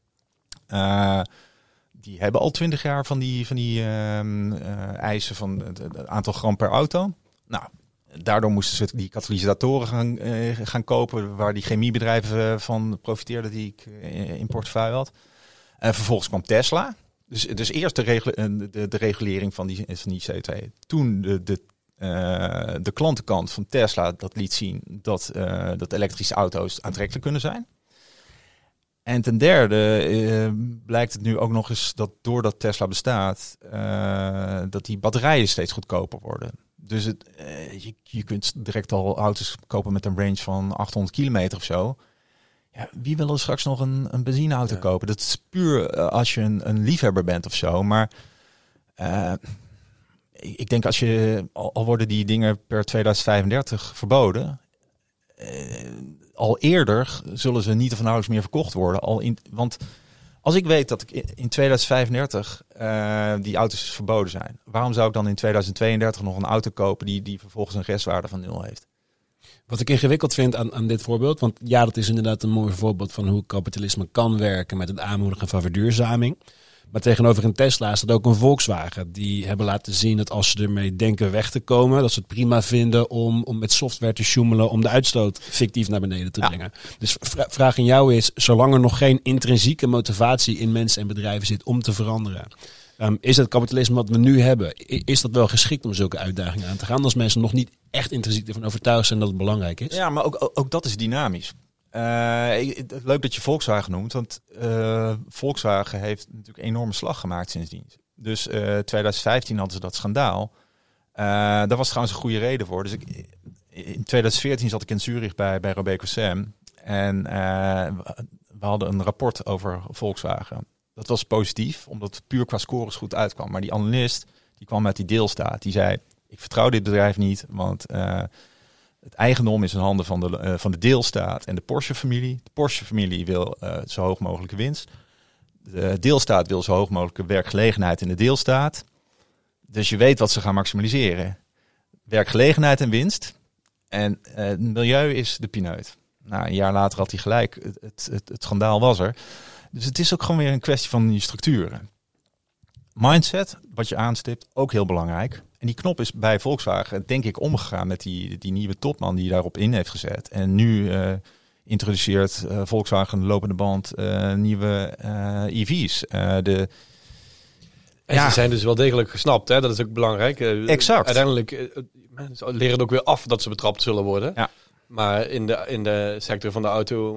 Die hebben al 20 jaar van die eisen van het aantal gram per auto. Nou, daardoor moesten ze die katalysatoren gaan kopen, waar die chemiebedrijven van profiteerden die ik in portefeuille had. Vervolgens kwam Tesla. Dus eerst de regulering van die CO2. Toen de klantenkant van Tesla dat liet zien dat elektrische auto's aantrekkelijk kunnen zijn. En ten derde blijkt het nu ook nog eens dat doordat Tesla bestaat, dat die batterijen steeds goedkoper worden. Dus je kunt direct al auto's kopen met een range van 800 kilometer of zo. Ja, wie wil er straks nog een benzineauto kopen? Dat is puur als je een liefhebber bent of zo. Maar ik denk als al worden die dingen per 2035 verboden, al eerder zullen ze niet of nauwelijks meer verkocht worden. Want als ik weet dat ik in 2035 die auto's verboden zijn, waarom zou ik dan in 2032 nog een auto kopen die vervolgens een restwaarde van 0 heeft? Wat ik ingewikkeld vind aan dit voorbeeld, want ja, dat is inderdaad een mooi voorbeeld van hoe kapitalisme kan werken met het aanmoedigen van verduurzaming. Maar tegenover een Tesla is dat ook een Volkswagen. Die hebben laten zien dat als ze ermee denken weg te komen, dat ze het prima vinden om met software te sjoemelen om de uitstoot fictief naar beneden te brengen. Dus vraag aan jou is, zolang er nog geen intrinsieke motivatie in mensen en bedrijven zit om te veranderen, is het kapitalisme wat we nu hebben, is dat wel geschikt om zulke uitdagingen aan te gaan? Als mensen nog niet echt intrinsiek ervan overtuigd zijn dat het belangrijk is. Ja, maar ook dat is dynamisch. Leuk dat je Volkswagen noemt, want Volkswagen heeft natuurlijk een enorme slag gemaakt sindsdien. Dus 2015 hadden ze dat schandaal. Daar was trouwens een goede reden voor. Dus in 2014 zat ik in Zurich bij Robeco Sam. En we hadden een rapport over Volkswagen. Dat was positief, omdat het puur qua scores goed uitkwam. Maar die analist, die kwam uit die deelstaat. Die zei, ik vertrouw dit bedrijf niet, want het eigendom is in handen van de deelstaat en de Porsche-familie. De Porsche-familie wil zo hoog mogelijke winst. De deelstaat wil zo hoog mogelijke werkgelegenheid in de deelstaat. Dus je weet wat ze gaan maximaliseren. Werkgelegenheid en winst. En het milieu is de pineut. Nou, een jaar later had hij gelijk. Het schandaal was er. Dus het is ook gewoon weer een kwestie van die structuren. Mindset, wat je aanstipt, ook heel belangrijk. En die knop is bij Volkswagen, denk ik, omgegaan met die nieuwe topman die daarop in heeft gezet. En nu introduceert Volkswagen de lopende band nieuwe EV's. Ze zijn dus wel degelijk gesnapt, hè? Dat is ook belangrijk. Exact. Uiteindelijk leren het ook weer af dat ze betrapt zullen worden. Ja. Maar in de sector van de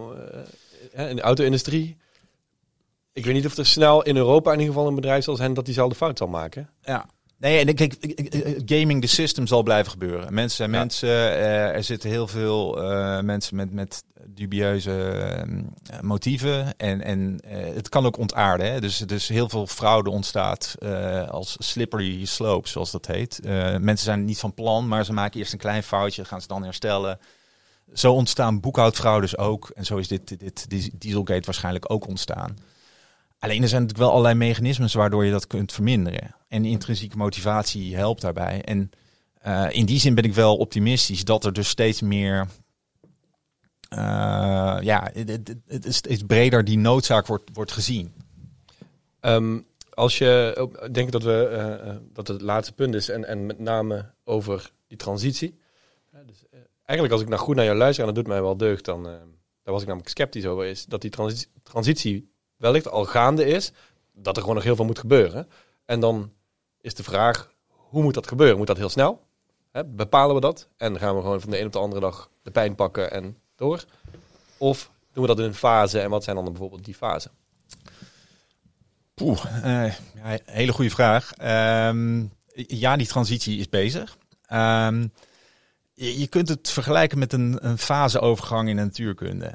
in de auto-industrie, ik weet niet of er snel in Europa in ieder geval een bedrijf zal zijn dat diezelfde fout zal maken. Ja. Nee, en kijk, gaming the system zal blijven gebeuren. Mensen zijn mensen. Er zitten heel veel mensen met dubieuze motieven. En het kan ook ontaarden. Hè? Dus heel veel fraude ontstaat als slippery slope, zoals dat heet. Mensen zijn niet van plan, maar ze maken eerst een klein foutje, gaan ze dan herstellen. Zo ontstaan boekhoudfraudes ook. En zo is dit Dieselgate waarschijnlijk ook ontstaan. Alleen er zijn natuurlijk wel allerlei mechanismes waardoor je dat kunt verminderen. En intrinsieke motivatie helpt daarbij. En in die zin ben ik wel optimistisch dat er dus steeds meer... het is steeds breder die noodzaak wordt gezien. Als je, ik denk dat dat het laatste punt is en met name over die transitie. Dus, eigenlijk als ik goed naar jou luister, en dat doet mij wel deugd, daar was ik namelijk sceptisch over, is dat die transitie wellicht al gaande is, dat er gewoon nog heel veel moet gebeuren. En dan is de vraag, hoe moet dat gebeuren? Moet dat heel snel? Bepalen we dat? En gaan we gewoon van de een op de andere dag de pijn pakken en door? Of doen we dat in een fase? En wat zijn dan bijvoorbeeld die fasen? Hele goede vraag. Ja, die transitie is bezig. Je kunt het vergelijken met een faseovergang in de natuurkunde.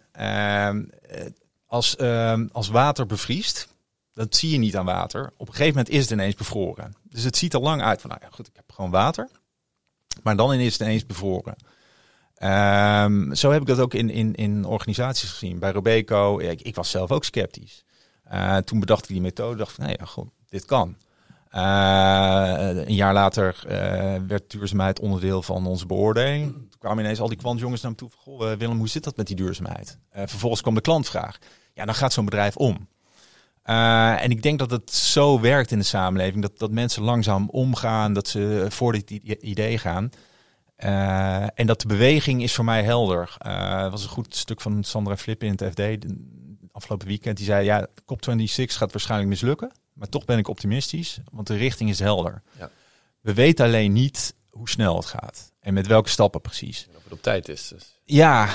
Als water bevriest, dat zie je niet aan water. Op een gegeven moment is het ineens bevroren. Dus het ziet er lang uit van, nou ja, goed, ik heb gewoon water. Maar dan is het ineens bevroren. Zo heb ik dat ook in organisaties gezien. Bij Robeco, ik was zelf ook sceptisch. Toen bedacht ik die methode, dacht van, nee, ja, goed, dit kan. Een jaar later werd duurzaamheid onderdeel van onze beoordeling. Toen kwamen ineens al die kwantjongens naar me toe van, goh, Willem, hoe zit dat met die duurzaamheid? Vervolgens kwam de klantvraag. Ja, dan gaat zo'n bedrijf om. En ik denk dat het zo werkt in de samenleving, dat mensen langzaam omgaan, dat ze voor dit idee gaan. En dat de beweging is voor mij helder. Het was een goed stuk van Sandra Flippen in het FD afgelopen weekend. Die zei, ja, COP26 gaat waarschijnlijk mislukken. Maar toch ben ik optimistisch, want de richting is helder. Ja. We weten alleen niet hoe snel het gaat. En met welke stappen precies. En of het op tijd is. Dus. Ja.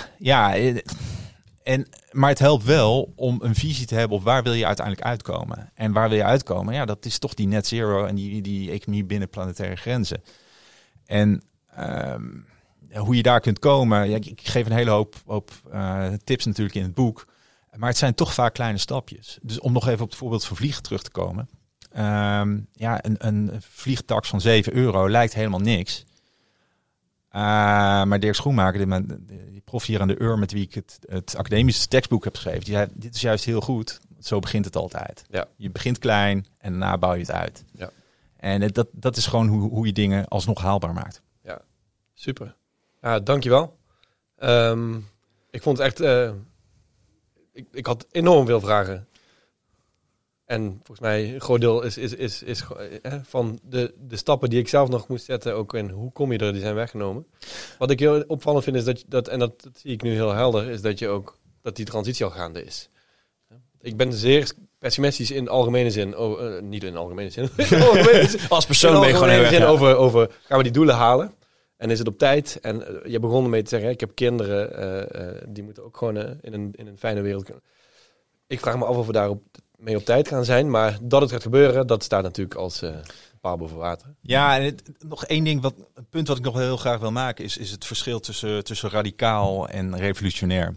Maar het helpt wel om een visie te hebben op waar wil je uiteindelijk uitkomen. En waar wil je uitkomen? Ja, dat is toch die net zero en die economie binnen planetaire grenzen. En hoe je daar kunt komen. Ja, ik geef een hele hoop tips natuurlijk in het boek. Maar het zijn toch vaak kleine stapjes. Dus om nog even op het voorbeeld van vliegen terug te komen. Een vliegtax van €7 lijkt helemaal niks. Maar Dirk Schoenmaker, die prof hier aan de Ur met wie ik het academische tekstboek heb geschreven, die zei, dit is juist heel goed. Zo begint het altijd. Ja. Je begint klein en daarna bouw je het uit. Ja. En dat is gewoon hoe je dingen alsnog haalbaar maakt. Ja, super. Ja, dankjewel. Ik vond het echt... Ik had enorm veel vragen. En volgens mij een groot deel is van de stappen die ik zelf nog moest zetten. Ook en hoe kom je er, die zijn weggenomen. Wat ik heel opvallend vind is dat zie ik nu heel helder, is dat die transitie al gaande is. Ik ben zeer pessimistisch in algemene zin. Niet in algemene zin. Als persoon ben je gewoon heel erg. Over gaan we die doelen halen? En is het op tijd? En je begon ermee te zeggen, ik heb kinderen, die moeten ook gewoon in een fijne wereld kunnen. Ik vraag me af of we daar mee op tijd gaan zijn. Maar dat het gaat gebeuren, dat staat natuurlijk als paal boven water. Ja, en nog één ding, een punt wat ik nog heel graag wil maken, is het verschil tussen radicaal en revolutionair.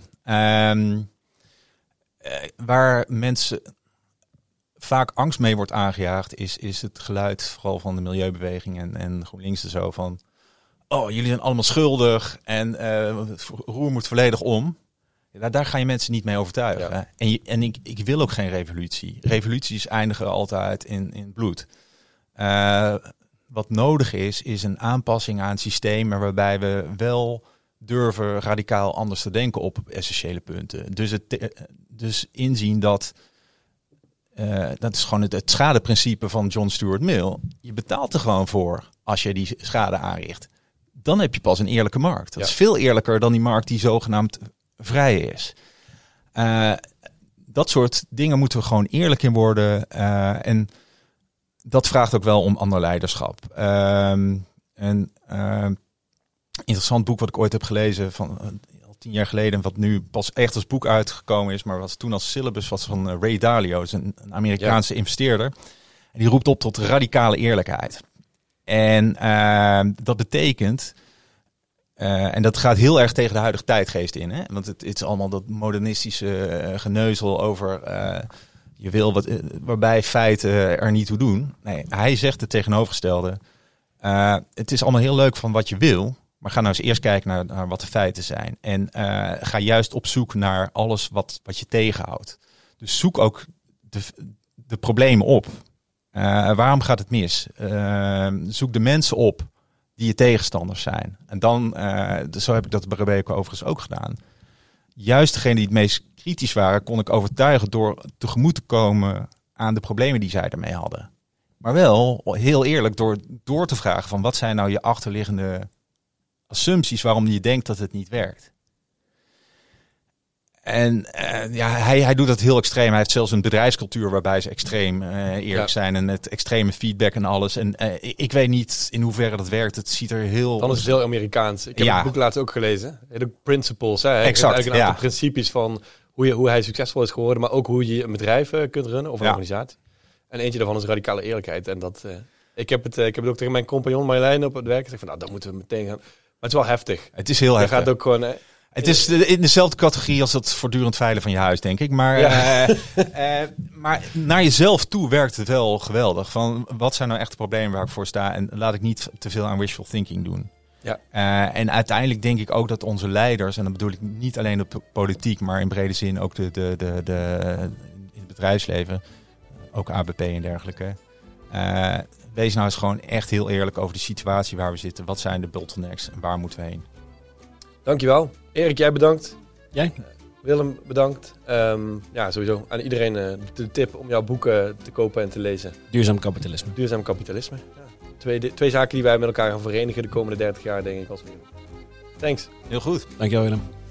Waar mensen vaak angst mee wordt aangejaagd, is het geluid vooral van de milieubeweging en GroenLinks en zo van, oh, jullie zijn allemaal schuldig en het roer moet volledig om. Ja, daar ga je mensen niet mee overtuigen. Ja. En ik wil ook geen revolutie. Revoluties eindigen altijd in bloed. Wat nodig is een aanpassing aan het systeem, maar waarbij we wel durven radicaal anders te denken op essentiële punten. Dus inzien dat is gewoon het schadeprincipe van John Stuart Mill. Je betaalt er gewoon voor als je die schade aanricht. Dan heb je pas een eerlijke markt. Dat is veel eerlijker dan die markt die zogenaamd vrij is. Dat soort dingen moeten we gewoon eerlijk in worden. En dat vraagt ook wel om ander leiderschap. Interessant boek wat ik ooit heb gelezen van al 10 jaar geleden, wat nu pas echt als boek uitgekomen is, maar wat toen als syllabus was van Ray Dalio, is een Amerikaanse investeerder. En die roept op tot radicale eerlijkheid. En dat betekent, en dat gaat heel erg tegen de huidige tijdgeest in, hè? Want het is allemaal dat modernistische geneuzel over je wil wat, waarbij feiten er niet toe doen. Nee, hij zegt het tegenovergestelde. Het is allemaal heel leuk van wat je wil, maar ga nou eens eerst kijken naar wat de feiten zijn. En ga juist op zoek naar alles wat je tegenhoudt. Dus zoek ook de problemen op. Waarom gaat het mis? Zoek de mensen op die je tegenstanders zijn. En dan, zo heb ik dat bij Robeco overigens ook gedaan. Juist degene die het meest kritisch waren, kon ik overtuigen door tegemoet te komen aan de problemen die zij ermee hadden. Maar wel heel eerlijk door te vragen van wat zijn nou je achterliggende assumpties waarom je denkt dat het niet werkt. En hij doet dat heel extreem. Hij heeft zelfs een bedrijfscultuur waarbij ze extreem eerlijk zijn en met extreme feedback en alles. En ik weet niet in hoeverre dat werkt. Het ziet er heel... Dan is het heel Amerikaans. Ik heb het boek laatst ook gelezen. De principles. Hè? Exact, eigenlijk een aantal principes van hoe hij succesvol is geworden, maar ook hoe je een bedrijf kunt runnen of een organisatie. En eentje daarvan is radicale eerlijkheid. En dat, ik heb het ook tegen mijn compagnon Marjolein op het werk gezegd van, nou, dan moeten we meteen gaan. Maar het is wel heftig. Het is heel heftig. Gaat ook gewoon... Het is in dezelfde categorie als het voortdurend veilen van je huis, denk ik. Maar, maar naar jezelf toe werkt het wel geweldig. Van wat zijn nou echt de problemen waar ik voor sta? En laat ik niet te veel aan wishful thinking doen. Ja. En uiteindelijk denk ik ook dat onze leiders, en dan bedoel ik niet alleen de politiek, maar in brede zin ook in het bedrijfsleven, ook ABP en dergelijke. Wees nou eens gewoon echt heel eerlijk over de situatie waar we zitten. Wat zijn de bottlenecks en waar moeten we heen? Dankjewel. Erik, jij bedankt. Jij? Willem, bedankt. Sowieso aan iedereen de tip om jouw boeken te kopen en te lezen. Duurzaam kapitalisme. Duurzaam kapitalisme. Ja. Twee zaken die wij met elkaar gaan verenigen de komende 30 jaar, denk ik. Thanks. Heel goed. Dankjewel, Willem.